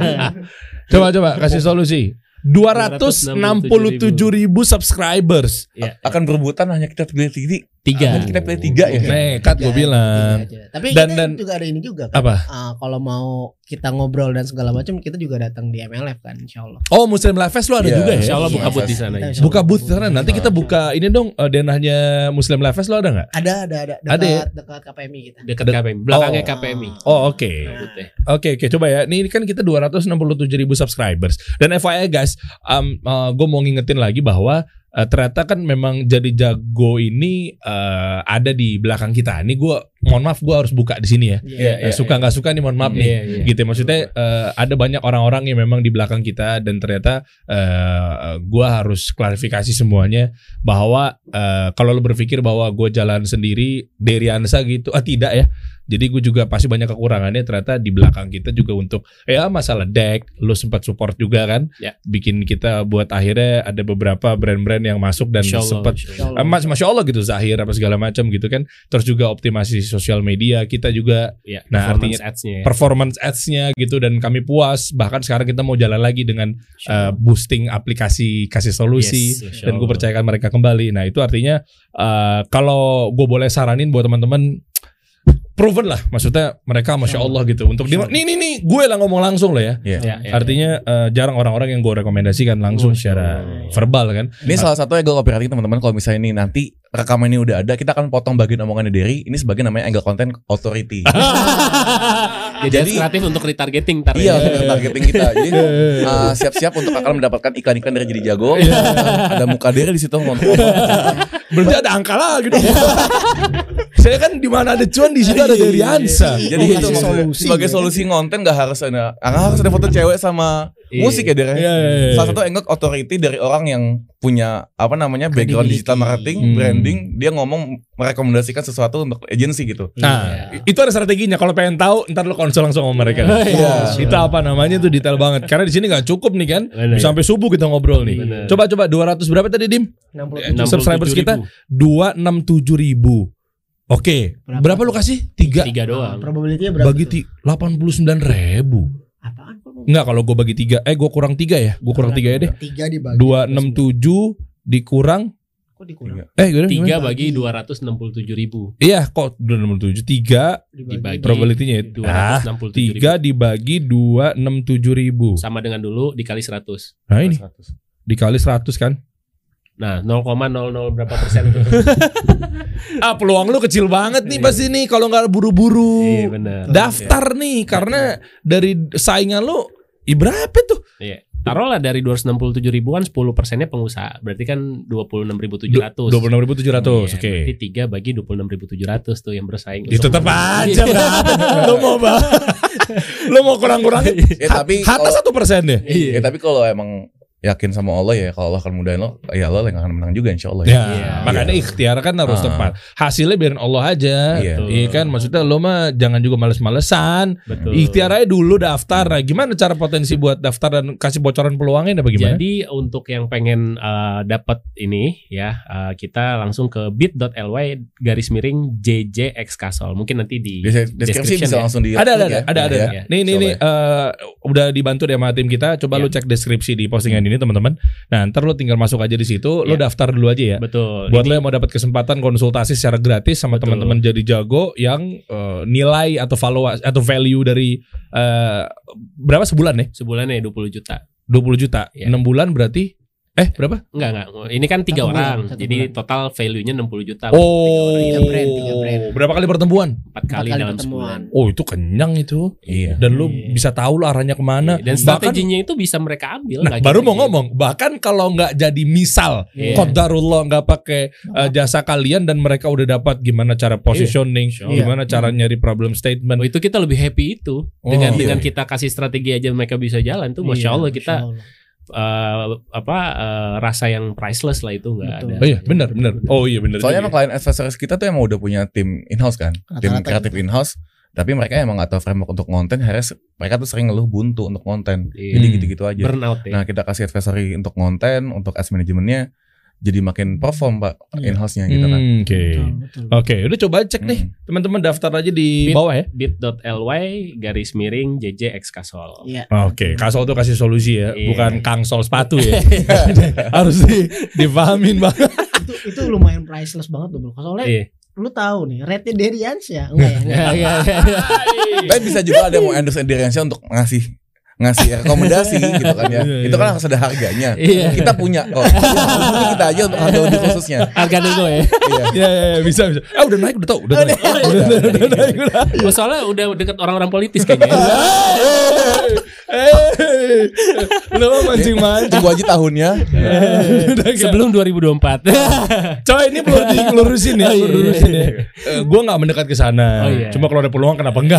Coba coba kasih solusi. dua ratus enam puluh tujuh ribu subscribers. Ya, Akan berebutan hanya kita pilih tiga. tiga. Kita pilih tiga ya. Nekat gue bilang. Tiga aja. Tapi Dan- kita dan- juga ada ini juga kan. Apa? Ah, kalau mau kita ngobrol dan segala macam kita juga datang di M L F kan insyaallah. Oh, Muslim Live Fest lo ada Iya, juga ya? Insya Allah buka Iya, booth di sana. kita ya. insya Buka booth sana. Nanti kita buka ini dong eh, denahnya Muslim Live Fest lo ada nggak? Ada ada ada dekat Ada ya? dekat K P M I kita. Dekat K P M I. Belakangnya Oh. K P M I. Oh oke. Booth-nya. Oke oke coba ya. Ini kan kita dua ratus enam puluh tujuh ribu subscribers. Dan F Y I guys, um, gue mau ngingetin lagi bahwa uh, ternyata kan memang jadi jago ini uh, ada di belakang kita. Ini gue mohon maaf gue harus buka di sini ya. Iya, Eh, suka nggak suka nih mohon maaf nih. Iya, iya. Gitu maksudnya uh, ada banyak orang-orang yang memang di belakang kita dan ternyata uh, gue harus klarifikasi semuanya bahwa uh, kalau lo berpikir bahwa gue jalan sendiri dari Ansa gitu, ah tidak ya. Jadi gue juga pasti banyak kekurangannya ternyata di belakang kita juga untuk ya masalah deck, lo sempat support juga kan, Ya. bikin kita buat akhirnya ada beberapa brand-brand yang masuk dan Insya Allah, sempat insya Allah. Eh, Mas, Masya Allah gitu Zahir apa segala macam gitu kan. Terus juga optimasi sosial media kita juga Ya, Nah, performance artinya ads-nya ya. performance ads-nya gitu dan kami puas. Bahkan sekarang kita mau jalan lagi dengan uh, boosting aplikasi kasih solusi Yes, Masya dan gue Allah. percayakan mereka kembali. Nah itu artinya uh, kalau gue boleh saranin buat teman-teman proven lah, maksudnya mereka masya Allah gitu untuk di, nih nih nih gue lah ngomong langsung loh ya. Iya. Ya, ya, Artinya uh, jarang orang-orang yang gue rekomendasikan langsung secara verbal kan. Ini salah satu yang gue copywriting teman-teman, kalau misalnya ini nanti rekaman ini udah ada, kita akan potong bagian omongannya Derry. Ini sebagai namanya angle content authority. Jadi, Jadi- kreatif untuk retargeting ntar Iya, ya. untuk targeting kita. Jadi uh, siap-siap untuk akan mendapatkan iklan-iklan dari jadi jago. Ada muka Derry di situ ngomong. Berarti ada angka lagi dong. Saya kan di mana ada cuan di situ ada dari Ansa. Jadi itu Kasih maksudnya solusi. sebagai solusi konten gak harus ada, gak harus ada foto cewek sama Iya. musik ya Derry. Iya, iya, iya. Salah satu angle authority dari orang yang punya apa namanya background Credibility. digital marketing, Hmm. branding, dia ngomong merekomendasikan sesuatu untuk agency gitu. Nah, itu ada strateginya. Kalau pengen tahu, ntar lu konsul langsung sama mereka. Iya. Itu apa namanya tuh detail banget. Karena di sini nggak cukup nih kan. Bener. Bisa sampai subuh kita ngobrol nih. Bener. Coba coba dua ratus berapa tadi Dim? enam puluh Eh, tujuh. subscribers kita dua ratus enam puluh tujuh ribu. Oke, Berapa? berapa lu kasih? Tiga. Tiga doang. Probability-nya berapa? Bagi tuh? ti- delapan puluh sembilan ribu. Apaan? Kok Enggak, kalau gue bagi tiga. Eh, gue kurang tiga ya. Gue kurang tiga ya deh. Tiga dibagi. dua ratus enam puluh tujuh dikurang. Kok dikurang? Eh, gimana? Tiga gimana? bagi dua ratus enam puluh tujuh ribu. Iya, kok dua ratus enam puluh tujuh. Tiga. Dibagi Probability-nya ya? dua ratus enam puluh tujuh ribu. Tiga dibagi dua ratus enam puluh tujuh ribu. Sama dengan dulu dikali seratus. Nah ini dikali seratus kan. Nah, nol koma nol nol berapa persen tuh? Ah peluang lu kecil banget nih pasti nih kalau nggak buru-buru. Iya benar. Daftar nih karena dari saingan lu i berapa tuh? Iya. taruhlah dari dua ratus enam puluh tujuh ribuan sepuluh persennya pengusaha. Berarti kan dua puluh enam ribu tujuh ratus. dua puluh enam ribu tujuh ratus. Iya, Oke. Berarti tiga bagi dua puluh enam ribu tujuh ratus tuh yang bersaing. Itu tetap aja lo mau bang, lo mau kurang-kurangin. Ya, tapi Hatta kalau- satu persen deh. Ya tapi kalau emang yakin sama Allah ya, kalau Allah akan mudahin lo, ya Allah yang akan menang juga insya Allah Ya, ya. Iya. makanya ikhtiar kan harus Ah. tepat. Hasilnya biarin Allah aja. Iya. Iya kan, maksudnya lo mah jangan juga males-malesan. Betul. Ikhtiar aja dulu daftar. Nah, gimana cara potensi buat daftar dan kasih bocoran peluangnya apa gimana? Jadi untuk yang pengen uh, dapat ini ya, uh, kita langsung ke bit.ly garis miring J J X Kasol. Mungkin nanti di Di deskripsi bisa ya. langsung di ada ada ya. ada ada ada. Ya, Nih nih Coba nih ya. eh, udah dibantu deh sama tim kita. Coba Ya. lu cek deskripsi di postingan ini teman-teman. Nah, ntar lu tinggal masuk aja di situ, lu Ya. daftar dulu aja ya. Betul. Buat Ini- lo yang mau dapat kesempatan konsultasi secara gratis sama Betul. teman-teman jadi jago yang eh, nilai atau follow atau value dari eh, berapa sebulan ya? sebulannya dua puluh juta. dua puluh juta. Ya. enam bulan berarti eh berapa? Enggak enggak. Ini kan tiga Satu bulan, orang. satu Jadi bulan. total value-nya enam puluh juta. Oh, Tiga brand, tiga brand. berapa kali pertemuan? empat kali, kali dalam pertemuan. sebulan. Oh, itu kenyang itu. Iya. Dan lu Iya. bisa tahu lo arahnya kemana. Dan Bahkan- strateginya itu bisa mereka ambil. Nah, nggak baru gitu mau aja. ngomong, bahkan kalau nggak jadi misal, Iya. qadarullah nggak pakai uh, jasa kalian dan mereka udah dapat gimana cara positioning, Iya. gimana cara nyari problem statement. Oh, itu kita lebih happy itu Oh, dengan iya. dengan kita kasih strategi aja mereka bisa jalan tuh, masya Iya, Allah kita Masya Allah. eh, apa eh, rasa yang priceless lah itu nggak Betul. ada. Oh iya, benar, benar. Oh iya, benar. Soalnya juga. emang klien advisors kita tuh emang udah punya tim in-house kan, tim Rata-rata kreatif gitu. in-house. Tapi mereka emang gak tahu framework untuk konten, akhirnya se- mereka tuh sering ngeluh buntu untuk konten. Iya. Jadi Hmm. gitu-gitu aja. Burnout ya. Nah kita kasih advisory untuk konten, untuk ads manajemennya, jadi makin perform pak Iya. in-house-nya gitu kan. Hmm, Oke. Betul, betul. Oke, udah coba cek nih. Hmm. Teman-teman daftar aja di Bit. bawah ya. bit.ly garis miring J J X Kasol. Iya. Oke, Kasol tuh kasih solusi ya, Iya. bukan kangsol sepatu ya. Harus di, dipahamin banget. itu itu lumayan priceless banget loh bro. Soalnya Iya. lu tahu nih rate-nya dari Ansya enggak ya? Enggak. Iya, iya. Dan bisa juga ada yang mau endorse Diriansyah untuk ngasih ngasih rekomendasi gitu kan ya. Iya, Itu iya. kan harus ada harganya. Iya. Kita punya kok. Ini kita aja untuk harga lebih khususnya. Harga nego ya. Iya. Iya, iya, iya, bisa, bisa. Eh, udah naik, udah tahu, udah naik. Udah, udah, udah naik, udah. Oh, soalnya udah deket orang-orang politis kayaknya. Eh, lu mah mancing-mancing. Tunggu aja tahunnya. Udah kayak- Sebelum dua ribu dua puluh empat. Coy, ini perlu dilurusin ya, Oh, iya, perlu dilurusin ya. iya. Eh, gua nggak mendekat ke sana. Oh, iya. Cuma kalau ada peluang kenapa enggak?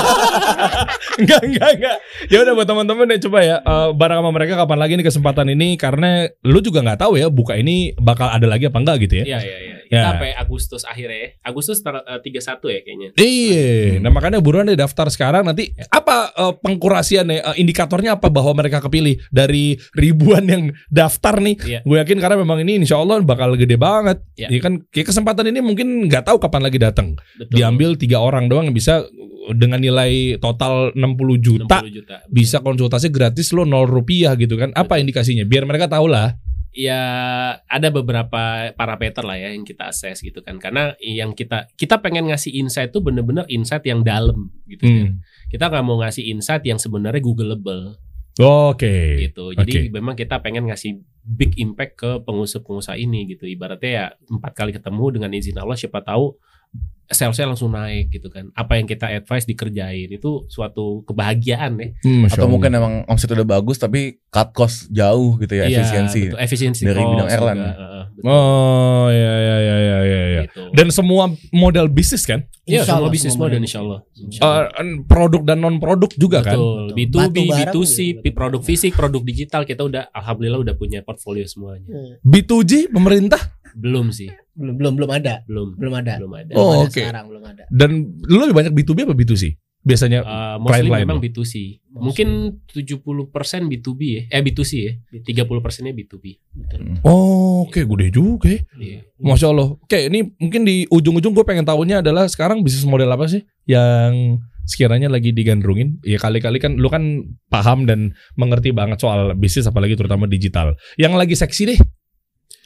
enggak, enggak, enggak. Ya udah buat teman-teman ya coba ya eh, bareng sama mereka kapan lagi nih kesempatan ini, karena lu juga nggak tahu ya buka ini bakal ada lagi apa enggak gitu ya. Iya, iya, iya. Ya. Kita sampai Agustus akhirnya ya. Agustus tanggal eh, tiga puluh satu ya kayaknya. Iya, nah makanya buruan deh daftar sekarang. Nanti apa eh, pengkurasiannya, eh, indikatornya apa bahwa mereka kepilih dari ribuan yang daftar nih? Iya. Gue yakin karena memang ini insya Allah bakal gede banget. Iya. Ya kan, kayak kesempatan ini mungkin nggak tahu kapan lagi datang. Betul. Diambil tiga orang doang yang bisa dengan nilai total enam puluh enam juta puluh juta. bisa konsultasi gratis lo nol rupiah gitu kan. Apa indikasinya? Biar mereka tahu lah. Ya ada beberapa parameter lah ya yang kita assess gitu kan, karena yang kita kita pengen ngasih insight tuh bener-bener insight yang dalam gitu kan. Hmm. Kita nggak mau ngasih insight yang sebenarnya googleable Oke. gitu. Jadi Oke. memang kita pengen ngasih big impact ke pengusaha-pengusaha ini gitu. Ibaratnya ya empat kali ketemu dengan izin Allah, siapa tahu salesnya langsung naik gitu kan. Apa yang kita advice dikerjain itu suatu kebahagiaan ya. Hmm, Masya Atau Allah. mungkin emang omset udah bagus tapi cut cost jauh gitu ya, Iya, efisiensi. betul. Efisiensi dari cost bidang airline. juga, heeh, betul. Oh ya ya ya ya ya. ya. Gitu. Dan semua model bisnis kan? Iya, Insya semua Allah, bisnis semua model model. insya Allah. Insya Eh, Allah. produk dan non produk juga kan? Betul. B Betul. dua B, Batu B bara dua C, juga, betul. produk fisik, produk digital kita udah alhamdulillah udah punya portfolio semuanya. B dua G pemerintah Belum sih, belum belum belum ada belum. belum ada Belum ada. Oh, Belum ada oke. sekarang belum ada. dan lu lebih banyak B dua B apa B dua C? Biasanya Uh, mostly Klien-klien memang lo. B dua C. Mungkin tujuh puluh persen B dua B ya. Eh B dua C ya. tiga puluh persennya B dua B. oh, oke gede juga ya. Iya. Masya Allah. Oke, ini mungkin di ujung-ujung gue pengen tahunya adalah sekarang bisnis model apa sih yang sekiranya lagi digandrungin? Ya kali-kali kan lu kan paham dan mengerti banget soal bisnis apalagi terutama digital. Yang lagi seksi deh. Ya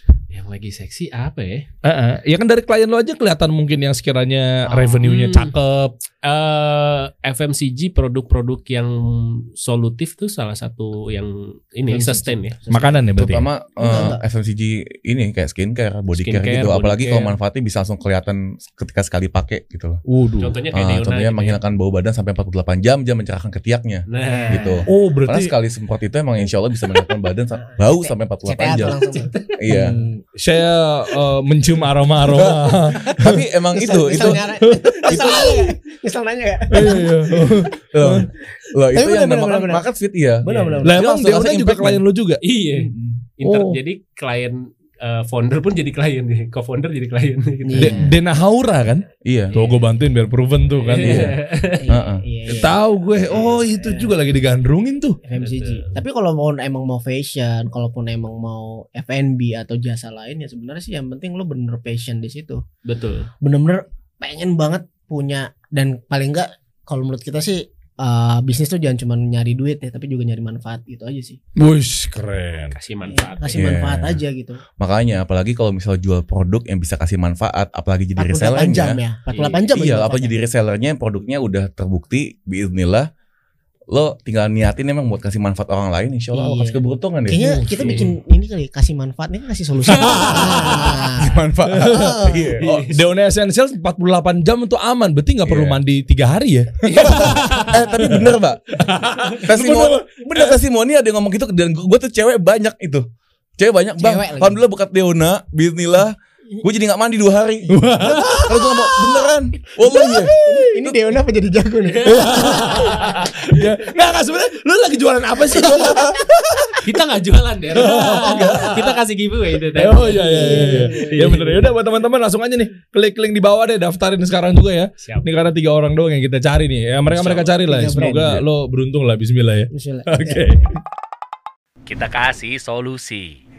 Yang lagi seksi apa ya? Uh-uh. Ya kan dari klien lo aja kelihatan mungkin yang sekiranya Oh, revenue-nya hmm. cakep. Uh, F M C G produk-produk yang solutif tuh salah satu yang ini F M C G. sustain ya. Makanan ya berarti. Terutama Enggak, uh, F M C G ini kayak skincare, body care Skincare, gitu. body Apalagi care. kalau manfaatnya bisa langsung kelihatan ketika sekali pakai gitu loh. Waduh. Contohnya kayak Ah, Deona contohnya gitu menghilangkan bau badan sampai empat puluh delapan jam, jam mencerahkan ketiaknya. ya. Nah, Gitu. Oh Karena berarti sekali semprot itu emang insya Allah bisa menghilangkan badan sa- bau sampai empat puluh C T A delapan tuh jam. langsung. Iya. Hmm, saya uh, mencium aroma-aroma. Tapi emang itu itu Nyesel nanya gak? Nyesel nanya gak? Iya, iya. loh, loh itu Tapi yang bener, namakan bener, bener. market fit ya. Benar-benar. Lah Dia emang langsung Deona langsung juga impact, klien lo juga. iya. Inter, Oh. Jadi klien uh, founder pun jadi klien nih, co-founder jadi klien gitu. Iya. De- Dena Haura kan? Iya. Tuh gue bantuin biar proven tuh kan. Iya. Heeh. Iya, iya. Tahu gue. Oh itu juga lagi digandrungin tuh. F M C G. Tapi kalau mau emang mau fashion, kalaupun emang mau F and B atau jasa lain ya sebenarnya sih yang penting lo bener passion di situ. Betul. Bener-bener pengen banget punya, dan paling enggak kalau menurut kita sih uh, bisnis tuh jangan cuma nyari duit ya, tapi juga nyari manfaat gitu aja sih. Wush keren. Kasih manfaat. Kasih Iya. manfaat aja gitu. Makanya apalagi kalau misal jual produk yang bisa kasih manfaat, apalagi jadi empat puluh delapan jam resellernya. ya. empat puluh delapan jam. Iya, aja apa jadi resellernya yang produknya udah terbukti biiznillah. Lo tinggal niatin emang buat kasih manfaat orang lain, insya Allah Allah Iya. kasih keberuntungan deh. Kayaknya kita bikin ini kali, kasih manfaat, ini kasih solusi. Ah. manfaat. Iya. Oh, Deona Essentials empat puluh delapan jam untuk aman. Berarti gak perlu Iya. mandi tiga hari ya? eh tapi bener Pak. Testimoni, bener testimoni ada yang ngomong gitu, dan gue tuh cewek banyak itu. Cewek banyak bang. Cewek lagi. Alhamdulillah berkat Deona, bismillah. Gue jadi gak mandi dua hari. Kalau gue ngomong beneran, wallahi ya. Ini Deona apa jadi jago nih? Ya, nggak nggak sebenarnya. Lu lagi jualan apa sih? Kita nggak jualan deh. Kita kasih giveaway itu. tadi. Oh iya iya iya. iya. Ya bener ya. Udah buat teman-teman langsung aja nih klik link di bawah deh, daftarin sekarang juga ya. Siap. Ini karena tiga orang doang yang kita cari nih. Ya mereka mereka cari lah. Tiga Semoga lo beruntung lah. Bismillah ya. Misalnya. Oke. Kita kasih solusi.